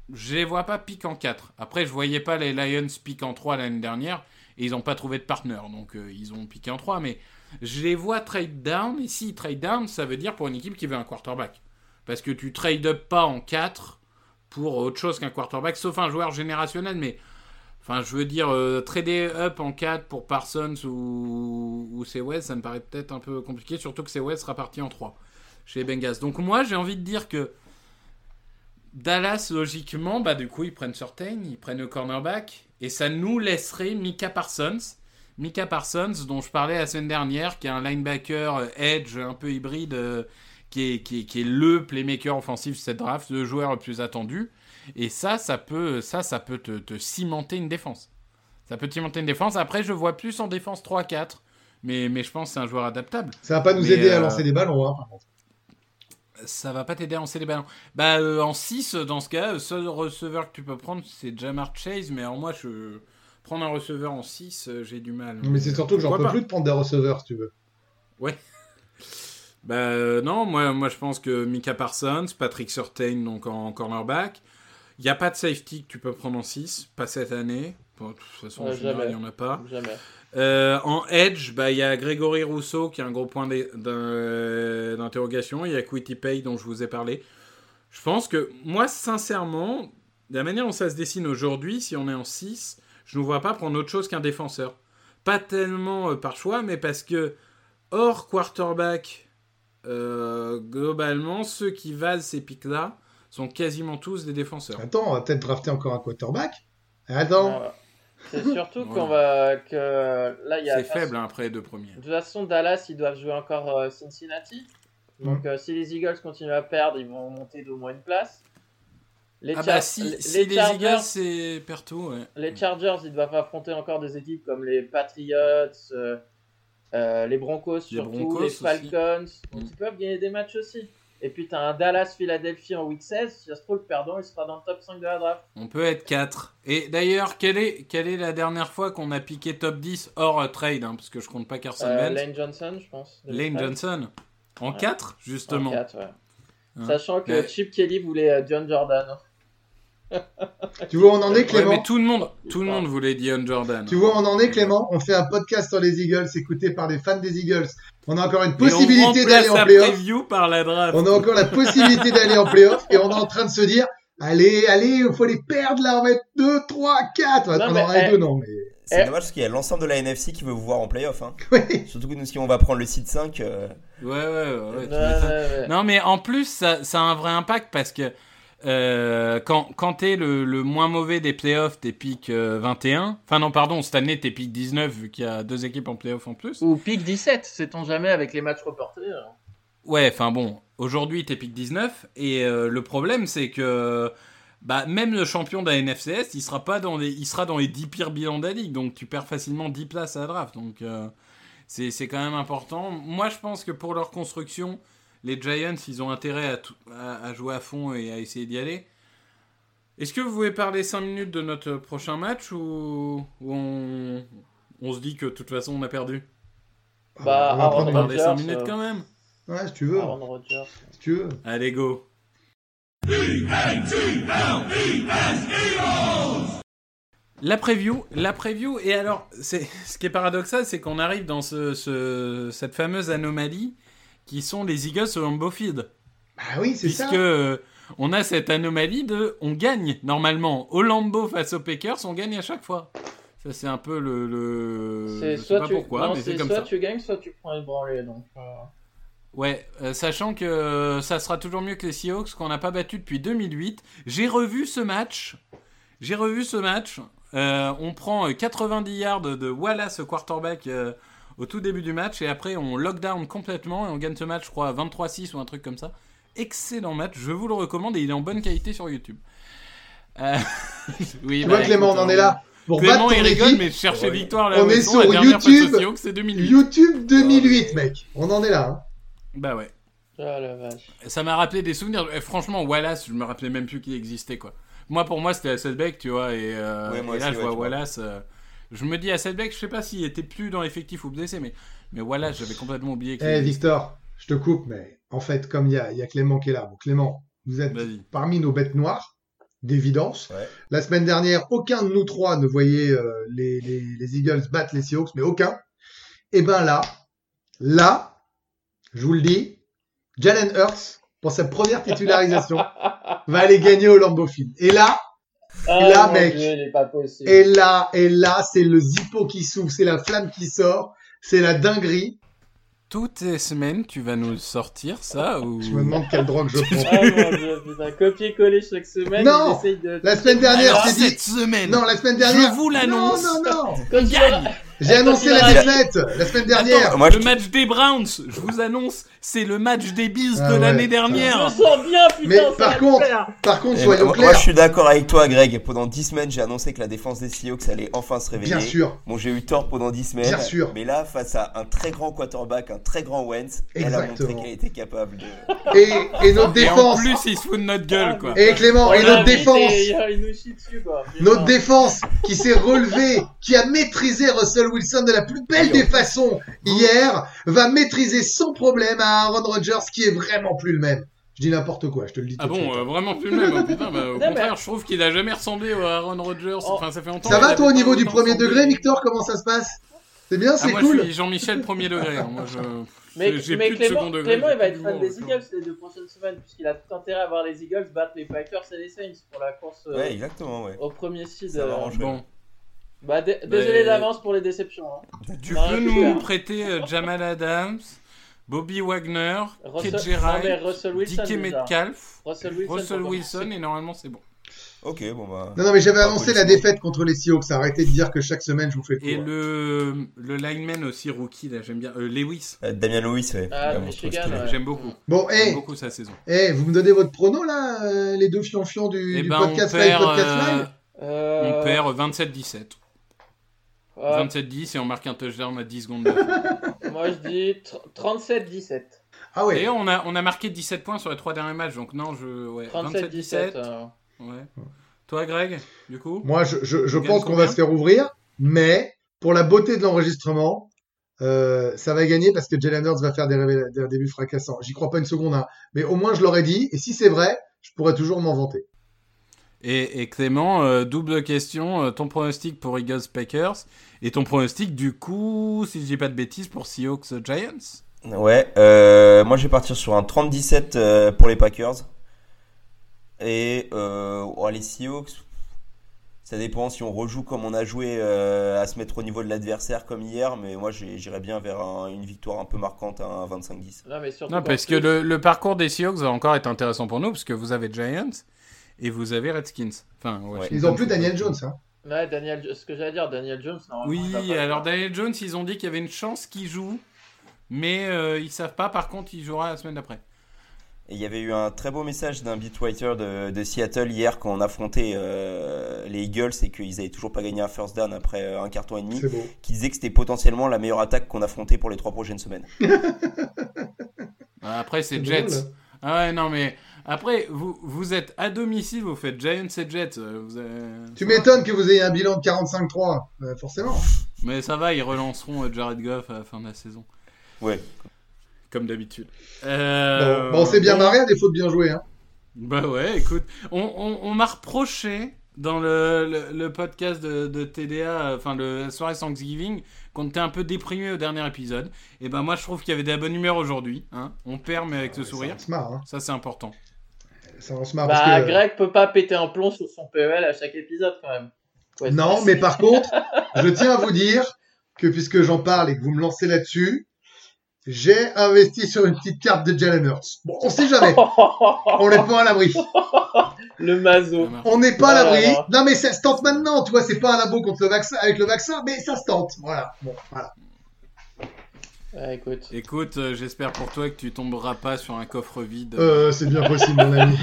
E: je les vois pas pick en quatre. Après, je voyais pas les Lions pick en trois l'année dernière et ils ont pas trouvé de partner, donc euh, ils ont piqué en trois. Mais je les vois trade down, et si trade down, ça veut dire pour une équipe qui veut un quarterback. Parce que tu trade up pas en quatre pour autre chose qu'un quarterback, sauf un joueur générationnel, mais enfin, je veux dire, euh, trader up en quatre pour Parsons ou, ou C W, ça me paraît peut-être un peu compliqué, surtout que C W sera parti en trois chez les Bengals. Donc moi, j'ai envie de dire que Dallas, logiquement, bah du coup, ils prennent Surtain, ils prennent le cornerback, et ça nous laisserait Micah Parsons. Micah Parsons, dont je parlais la semaine dernière, qui est un linebacker euh, edge un peu hybride, euh, qui, est, qui, est, qui est le playmaker offensif de cette draft, le joueur le plus attendu. Et ça, ça peut, ça, ça peut te, te cimenter une défense. Ça peut te cimenter une défense. Après, je vois plus en défense trois quatre, mais, mais je pense que c'est un joueur adaptable.
B: Ça va pas nous
E: mais,
B: aider
E: euh,
B: à lancer des ballons, hein, par contre.
E: Ça va pas t'aider à lancer les ballons. Bah, euh, en six, dans ce cas, le seul receveur que tu peux prendre, c'est Jamar Chase. Mais alors moi, je... prendre un receveur en six, euh, j'ai du mal.
B: Mais c'est surtout que j'en
E: Pourquoi
B: peux
E: pas
B: plus de prendre des receveurs, si tu veux.
E: Ouais. Bah euh, non, moi, moi je pense que Micah Parsons, Patrick Surtain donc en cornerback. Il n'y a pas de safety que tu peux prendre en six, pas cette année. Bon, de toute façon,
F: Ouais,
E: en général,
F: jamais.
E: il n'y en a pas.
F: Jamais.
E: Euh, en edge, bah, il y a Grégory Rousseau qui a un gros point d'é- d'un- d'interrogation. Il y a Quitty Pay dont je vous ai parlé. Je pense que, moi, sincèrement, de la manière dont ça se dessine aujourd'hui, si on est en six, je ne vois pas prendre autre chose qu'un défenseur. Pas tellement euh, par choix, mais parce que, hors quarterback, euh, globalement, ceux qui valent ces pics-là sont quasiment tous des défenseurs.
B: Attends, on va peut-être drafter encore un quarterback. Attends.
F: Ouais. C'est surtout
E: Ouais.
F: qu'on va que là il y a
E: C'est faible, hein, après les deux premiers.
F: De toute façon, Dallas, ils doivent jouer encore euh, Cincinnati. Donc,
B: Mm.
F: euh, si les Eagles continuent à perdre, ils vont monter d'au moins une place. Les,
E: Ah
F: Char-
E: bah si,
F: les,
E: si les
F: Chargers,
E: Eagles, c'est partout, ouais.
F: les Chargers, ils doivent affronter encore des équipes comme les Patriots, euh, euh, les Broncos surtout,
E: Broncos
F: les
E: aussi.
F: Falcons. Donc,
E: Mm.
F: ils peuvent gagner des matchs aussi. Et puis, tu as un Dallas-Philadelphie en week seize. Si ça se trouve, le perdant, il sera dans le top cinq de la draft.
E: On peut être quatre. Et d'ailleurs, quelle est, quelle est la dernière fois qu'on a piqué top dix hors euh, trade, hein, parce que je compte pas Carson
F: Euh,
E: Wentz.
F: Lane Johnson, je pense.
E: Lane Johnson. En
F: Ouais.
E: quatre, justement.
F: En quatre, ouais.
E: Hein.
F: Sachant que
E: Mais-
F: Chip Kelly voulait euh, John Jordan.
B: Tu vois, on en est,
E: Ouais,
B: Clément.
E: mais tout le monde, tout le monde voulait Dion Jordan.
B: Tu vois, on en est, Clément. On fait un podcast sur les Eagles, écouté par des fans des Eagles. On a encore une
E: Et on
B: possibilité
E: remplace
B: d'aller en
E: la
B: playoff.
E: preview par la draft.
B: On a encore la possibilité d'aller en playoff. Et on est en train de se dire, allez, allez, il faut les perdre là. On va être deux, trois, quatre.
F: Non,
B: On
F: mais,
B: en aurait
F: eh,
B: deux, non, mais.
G: C'est
F: Eh.
G: dommage parce qu'il y a l'ensemble de la N F C qui veut vous voir en playoff. Hein.
B: Ouais.
G: Surtout que nous, si on va prendre le seed cinq, euh,
E: Ouais, ouais, ouais. ouais, tu
F: Ouais,
E: m'étonnes.
F: ouais, ouais.
E: Non, mais en plus, ça, ça a un vrai impact parce que euh, quand, quand t'es le, le moins mauvais des playoffs, t'es pick euh, vingt et un. Enfin, non, pardon, cette année, t'es pick dix-neuf vu qu'il y a deux équipes en playoff en plus.
F: Ou pick dix-sept, sait-on jamais avec les matchs reportés. euh.
E: Ouais, enfin bon, aujourd'hui, t'es pick dix-neuf. Et euh, le problème, c'est que bah, même le champion de la N F C S, il sera, pas dans les, il sera dans les dix pires bilans de la ligue. Donc, tu perds facilement dix places à la draft. Donc, euh, c'est, c'est quand même important. Moi, je pense que pour leur construction, les Giants, ils ont intérêt à, tout- à, à jouer à fond et à essayer d'y aller. Est-ce que vous voulez parler cinq minutes de notre prochain match ou, ou on, on se dit que de toute façon, on a perdu?
F: Bah,
B: on va
F: Aaron
B: prendre
E: On va parler cinq
F: Rodgers,
E: minutes
F: euh,
E: quand même.
B: Ouais, si tu veux.
F: Aaron Rodgers.
B: Si tu veux.
E: Allez, go. La preview, la preview, et alors, c'est, ce qui est paradoxal, c'est qu'on arrive dans ce, ce- cette fameuse anomalie qui sont les Eagles au Lambeau Field.
B: Bah oui, c'est
E: Puisque
B: ça.
E: euh, on a cette anomalie de, on gagne normalement au Lambeau face aux Packers, on gagne à chaque fois. Ça, c'est un peu le... le...
F: C'est
E: je sais
F: soit
E: pas
F: tu...
E: pourquoi,
F: non,
E: mais c'est,
F: c'est
E: comme
F: soit
E: ça.
F: tu gagnes, soit tu prends une branlée. Donc, euh,
E: Ouais, euh, sachant que euh, ça sera toujours mieux que les Seahawks qu'on n'a pas battu depuis deux mille huit. J'ai revu ce match. J'ai revu ce match. Euh, on prend euh, quatre-vingt-dix yards de Wallace quarterback euh, au tout début du match et après on lockdown complètement et on gagne ce match, je crois, vingt-trois six ou un truc comme ça. Excellent match, je vous le recommande et il est en bonne qualité sur YouTube. Euh... oui,
B: Tu vois, Clément, on en est là. Pour
E: Clément,
B: battre
E: il
B: ton
E: rigole,
B: équipe,
E: mais chercher
G: Ouais.
E: victoire là
B: On
E: où
B: est
E: elles sont,
B: sur
E: la dernière face
B: YouTube.
E: aux Seahawks, c'est deux mille huit.
B: YouTube deux mille huit, mec. On en est là. Hein.
E: Bah ouais.
F: ah la vache.
E: Ça m'a rappelé des souvenirs. Et franchement, Wallace, je me rappelais même plus qu'il existait, quoi. Moi, pour moi, c'était Hasselbeck, tu vois. Et, euh,
G: Ouais, moi
E: et là,
G: aussi,
E: je
G: ouais,
E: vois
G: tu vois.
E: Wallace. euh, je me dis, Hasselbeck, je sais pas s'il était plus dans l'effectif ou blessé, mais, mais Wallace, j'avais complètement oublié qu'il
B: Eh,
E: existait.
B: Victor, je te coupe, mais en fait, comme il y a, il y a Clément qui est là. Bon, Clément, vous êtes
E: Vas-y.
B: parmi nos bêtes noires. d'évidence.
G: Ouais.
B: La semaine dernière, aucun de nous trois ne voyait euh, les, les, les Eagles battre les Seahawks, mais aucun. Et ben là, là, je vous le dis, Jalen Hurts, pour sa première titularisation, va aller gagner au Lambeau Field. Et là,
F: Ah,
B: et là,
F: mon
B: mec,
F: Dieu, il est pas possible.
B: et là, et là, c'est le zippo qui s'ouvre, c'est la flamme qui sort, c'est la dinguerie.
E: Toutes les semaines, tu vas nous sortir ça ou...
B: Je me demande quelle drogue je prends.
F: Ah mon Dieu, putain, copier-coller chaque semaine.
B: Non,
F: il essaye de...
B: La semaine dernière,
E: Alors,
B: j'ai dit...
E: cette semaine,
B: Non, la semaine dernière...
E: je vous l'annonce.
B: Non, non, non.
F: Quand il
E: gagne.
B: J'ai annoncé la défaite la semaine dernière.
E: Attends,
G: Moi,
E: le
G: je-
E: match des Browns, je vous annonce, c'est le match des Bills
B: Ah
E: de
B: ouais.
E: l'année
F: Je
E: dernière.
F: me sens bien, putain.
B: Mais
F: ça
B: par
F: va
B: contre,
F: le faire.
B: par contre,
G: Eh,
B: soyons
G: moi,
B: clairs.
G: moi, je suis d'accord avec toi, Greg. Pendant dix semaines, j'ai annoncé que la défense des Seahawks allait enfin se réveiller.
B: Bien sûr.
G: Bon, j'ai eu tort pendant dix semaines.
B: Bien sûr.
G: Mais là, face à un très grand quarterback, un très grand Wentz, elle a montré
B: Exactement.
G: qu'elle était capable de.
B: Et, et notre
E: Et en
B: défense.
E: plus, il se fout de notre gueule, quoi.
B: Et Clément,
F: On
B: et notre
F: l'invite
B: défense.
F: et Il il nous chie dessus, quoi. Putain.
B: Notre défense qui s'est relevée, qui a maîtrisé Russell Wilson de la plus belle des façons hier, va maîtriser sans problème à Aaron Rodgers qui est vraiment plus le même. Je dis n'importe quoi, je te le dis tout
E: Ah
B: de
E: bon,
B: suite.
E: euh, vraiment plus le même. hein, putain, bah, au
F: Non, mais-
E: contraire, je trouve qu'il a jamais ressemblé à Aaron Rodgers.
F: Oh.
E: Enfin, ça fait longtemps.
B: Ça
E: qu'il
B: va toi au
E: avait
B: niveau
E: pas
B: du
E: autant
B: premier
E: ressemblé.
B: degré, Victor? Comment ça se passe? C'est bien,
E: Ah,
B: c'est
E: moi,
B: cool.
E: je suis Jean-Michel premier degré. hein, Moi, je...
F: Mais,
E: j'ai
F: mais
E: plus de
F: Clément,
E: second degré.
F: Clément,
E: j'ai
F: il va
E: plus
F: être fan
E: d'humour,
F: des
E: maintenant.
F: Eagles les deux prochaines semaines, puisqu'il a tout intérêt à voir les Eagles battre les Packers et les Saints pour la course euh,
G: Ouais, exactement, ouais.
F: au premier seed.
G: Ça
F: euh.
G: m'arrange.
E: Bon,
F: Bah, dé- désolé
E: Mais-
F: d'avance pour les déceptions. Hein.
E: tu
F: Non,
E: peux
F: rien
E: nous
F: à faire.
E: prêter euh, Jamal Adams, Bobby Wagner,
F: Russell-
E: K J
F: non, mais
E: Wright,
F: Russell Wilson,
E: D K
F: déjà.
E: Metcalf,
F: Russell Wilson.
E: Russell
F: pour
E: Wilson, et normalement, c'est bon.
G: Ok, bon bah.
B: Non, non, mais j'avais
G: Pas
B: annoncé
G: police,
B: la
G: non.
B: défaite contre les Seahawks. Arrêtez de dire que chaque semaine je vous fais le
E: Et
B: coup. hein.
E: le, le lineman aussi, rookie, là, j'aime bien. Euh, Lewis,
G: Euh, Damien Lewis, ouais.
F: Ah,
G: Vraiment,
F: Michigan,
G: je trouve
F: ouais.
G: qu'il est-
E: j'aime beaucoup.
B: Bon,
E: J'aime
B: hé,
E: beaucoup sa saison.
B: hey, vous me donnez votre prono là, euh, les deux fions-fions du,
E: Eh
B: du
E: ben, on
B: podcast
E: perd,
B: Live, podcast
E: euh,
B: Live.
F: Euh,
E: on perd vingt-sept dix-sept.
F: euh,
E: vingt-sept dix et on marque un touchdown à dix secondes de fin.
F: Moi, je dis trente-sept dix-sept.
B: Ah ouais.
E: D'ailleurs, on a, on a marqué dix-sept points sur les trois derniers matchs, donc non, je. Ouais,
F: trente-sept dix-sept.
E: vingt-sept dix-sept.
F: euh.
E: Ouais. Toi, Greg, du coup
B: Moi, je, je, je
E: On
B: pense
E: gagne
B: qu'on va
E: combien
B: se faire ouvrir, mais pour la beauté de l'enregistrement, euh, ça va gagner parce que Jalen Hurts va faire des, révéla- des débuts fracassants. J'y crois pas une seconde, hein. Mais au moins je l'aurais dit, et si c'est vrai, je pourrais toujours m'en vanter.
E: Et, et Clément, euh, double question, euh, ton pronostic pour Eagles Packers et ton pronostic du coup, si je dis pas de bêtises, pour Seahawks Giants.
G: Ouais, euh, moi je vais partir sur un trente dix-sept euh, pour les Packers. Et euh, oh, les Seahawks, ça dépend si on rejoue comme on a joué euh, à se mettre au niveau de l'adversaire comme hier, mais moi j'ai- j'irais bien vers un- une victoire un peu marquante à un vingt-cinq dix.
F: Non, mais surtout
E: Non,
F: qu'en
E: parce que
F: plus-
E: le, le parcours des Seahawks va encore être intéressant pour nous, parce que vous avez Giants et vous avez Redskins. Enfin,
G: Ouais.
E: Washington
B: Ils ont plus
E: Football
B: Daniel
E: Team.
B: Jones, hein.
F: Ouais, Daniel, ce que j'allais dire, Daniel Jones, normalement. il va
E: Oui,
F: pas
E: alors
F: jouer.
E: Daniel Jones, ils ont dit qu'il y avait une chance qu'il joue, mais euh, ils savent pas, par contre, il jouera la semaine d'après.
G: Et il y avait eu un très beau message d'un beatwriter de, de Seattle hier quand on affrontait euh, les Eagles et qu'ils avaient toujours pas gagné un first down après euh, un carton et demi,
B: C'est beau.
G: qui disait que c'était potentiellement la meilleure attaque qu'on affrontait pour les trois prochaines semaines.
E: Après, c'est
B: C'est
E: Jets.
B: drôle, hein.
E: Ah ouais, non, mais après, vous, vous êtes à domicile, vous faites Giants et Jets. euh, Vous avez-
B: Tu
E: ça va.
B: m'étonnes que vous ayez un bilan de quarante-cinq trois, euh, forcément.
E: Mais ça va, ils relanceront euh, Jared Goff à la fin de la saison.
G: Ouais.
E: Comme d'habitude. Euh,
B: Bon, bon, on s'est bien
E: bon,
B: marré, à défaut de bien jouer. Hein.
E: Bah ouais, écoute, on, on, on m'a reproché dans le, le, le podcast de, de T D A, enfin le la soirée Thanksgiving, qu'on était un peu déprimé au dernier épisode. Et ben moi je trouve qu'il y avait de la bonne humeur aujourd'hui. Hein. On perd mais avec le
B: Ça,
E: sourire.
B: on se marre. Hein.
E: Ça c'est important.
B: Ça, on se marre
F: Bah,
B: parce que...
F: Greg peut pas péter un plomb sur son P E L à chaque épisode, quand même. Ouais,
B: Non,
F: c'est-
B: mais par contre, je tiens à vous dire que puisque j'en parle et que vous me lancez là-dessus, j'ai investi sur une petite carte de Jalen Hurts. Bon, on sait jamais. On n'est pas à l'abri.
F: Le mazo.
E: Ça marche.
B: On n'est pas à
F: Ah là
B: l'abri.
F: là.
B: Non, mais ça se tente maintenant. Tu vois, c'est pas un labo contre le vaccin, avec le vaccin, mais ça se tente. Voilà. Bon, voilà.
F: Ouais, écoute.
E: Écoute, euh, j'espère pour toi que tu tomberas pas sur un coffre vide.
B: Euh, c'est bien possible, mon ami.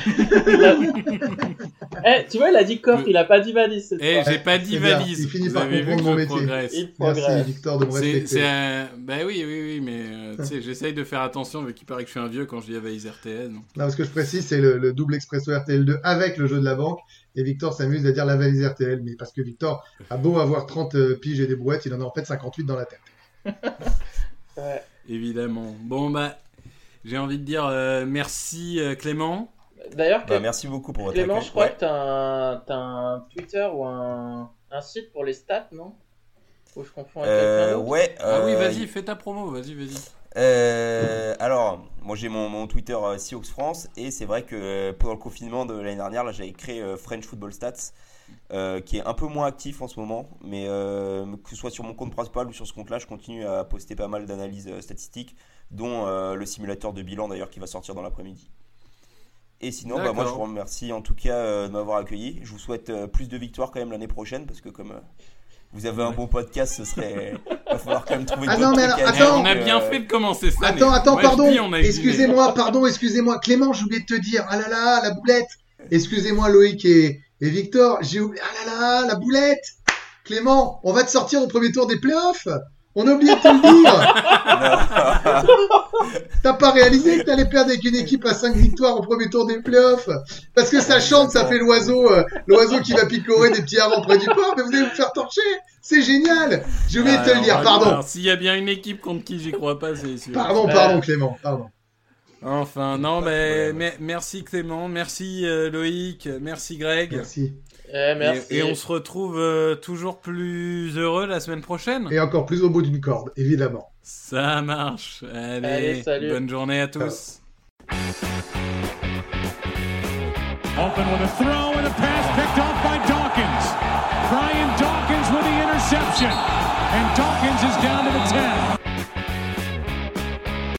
F: Eh, tu vois, il a dit coffre, il a pas dit valise cette
E: Eh,
F: fois.
E: j'ai pas
B: C'est
E: dit
B: bien.
E: valise.
B: Il finit
E: Vous
B: par
E: avez vu
B: comprendre
E: que
B: mon
E: je
B: métier.
E: progresse.
F: Il
B: Merci,
F: progresse.
B: Victor, de me
E: C'est,
B: respecter.
E: c'est un... Bah oui, oui, oui, mais euh, tu sais, j'essaye de faire attention vu qu'il paraît que je suis un vieux quand je dis à Valise R T S. donc.
B: Non, parce que je précise, c'est le, le double expresso R T L deux avec le jeu de la banque. Et Victor s'amuse à dire la valise R T L. Mais parce que Victor a beau avoir trente euh, piges et des brouettes, il en a en fait cinquante-huit dans la tête.
F: Ouais.
E: Évidemment. Bon, bah, j'ai envie de dire euh, merci euh, Clément.
F: D'ailleurs,
G: Bah, merci beaucoup pour votre
F: Clément,
G: accueil.
F: je crois
G: Ouais.
F: que t'as un, t'as un Twitter ou un, un site pour les stats, non? Ou je confonds avec quelqu'un
G: Euh,
F: d'autre?
G: ouais.
E: Ah oui,
G: euh,
E: vas-y, fais ta promo, vas-y, vas-y.
G: Euh, alors, moi j'ai mon, mon Twitter euh, Seahawks France et c'est vrai que euh, pendant le confinement de l'année dernière, là j'avais créé euh, French Football Stats, euh, qui est un peu moins actif en ce moment, mais euh, que ce soit sur mon compte principal ou sur ce compte-là, je continue à poster pas mal d'analyses euh, statistiques, dont euh, le simulateur de bilan d'ailleurs qui va sortir dans l'après-midi. Et sinon, bah, moi je
E: D'accord.
G: vous remercie en tout cas euh, de m'avoir accueilli. Je vous souhaite euh, plus de victoires quand même l'année prochaine parce que comme euh, vous avez un bon podcast, ce serait. Il va falloir quand même trouver
B: Ah
G: d'autres
B: non, mais
G: trucs à
B: alors,
G: dire,
B: attends.
E: on a
G: donc,
E: bien
G: euh,
E: fait de commencer cette année.
B: Attends, attends,
E: Moi, je
B: pardon.
E: dis, on a eu du nez.
B: Excusez-moi, pardon, excusez-moi. Clément, j'ai oublié de te dire. Ah là là, la boulette. Excusez-moi, Loïc et, et Victor. J'ai oublié. Ah là là, la boulette. Clément, on va te sortir au premier tour des playoffs. On a oublié de te le dire. T'as pas réalisé que t'allais perdre avec une équipe à cinq victoires au premier tour des playoffs? Parce que ça chante, ça fait l'oiseau, euh, l'oiseau qui va picorer des petits harengs près du port, mais vous allez vous faire torcher. C'est génial. J'ai oublié de te le dire,
E: Alors,
B: pardon.
E: alors, S'il y a bien une équipe contre qui j'y crois pas, c'est sûr.
B: Pardon, pardon, Clément, pardon.
E: Enfin, non,
G: Pas de
E: mais
G: problème.
E: mais- merci Clément, merci euh, Loïc, merci Greg.
B: Merci.
F: Eh, merci.
E: Et, et on se retrouve euh, toujours plus heureux la semaine prochaine.
B: Et encore plus au bout d'une corde, évidemment.
E: Ça marche. Allez,
F: Allez, salut.
E: bonne journée à tous.
D: Open with a throw and a pass picked off by Dawkins. Brian Dawkins with the interception. And Dawkins is down to the ten.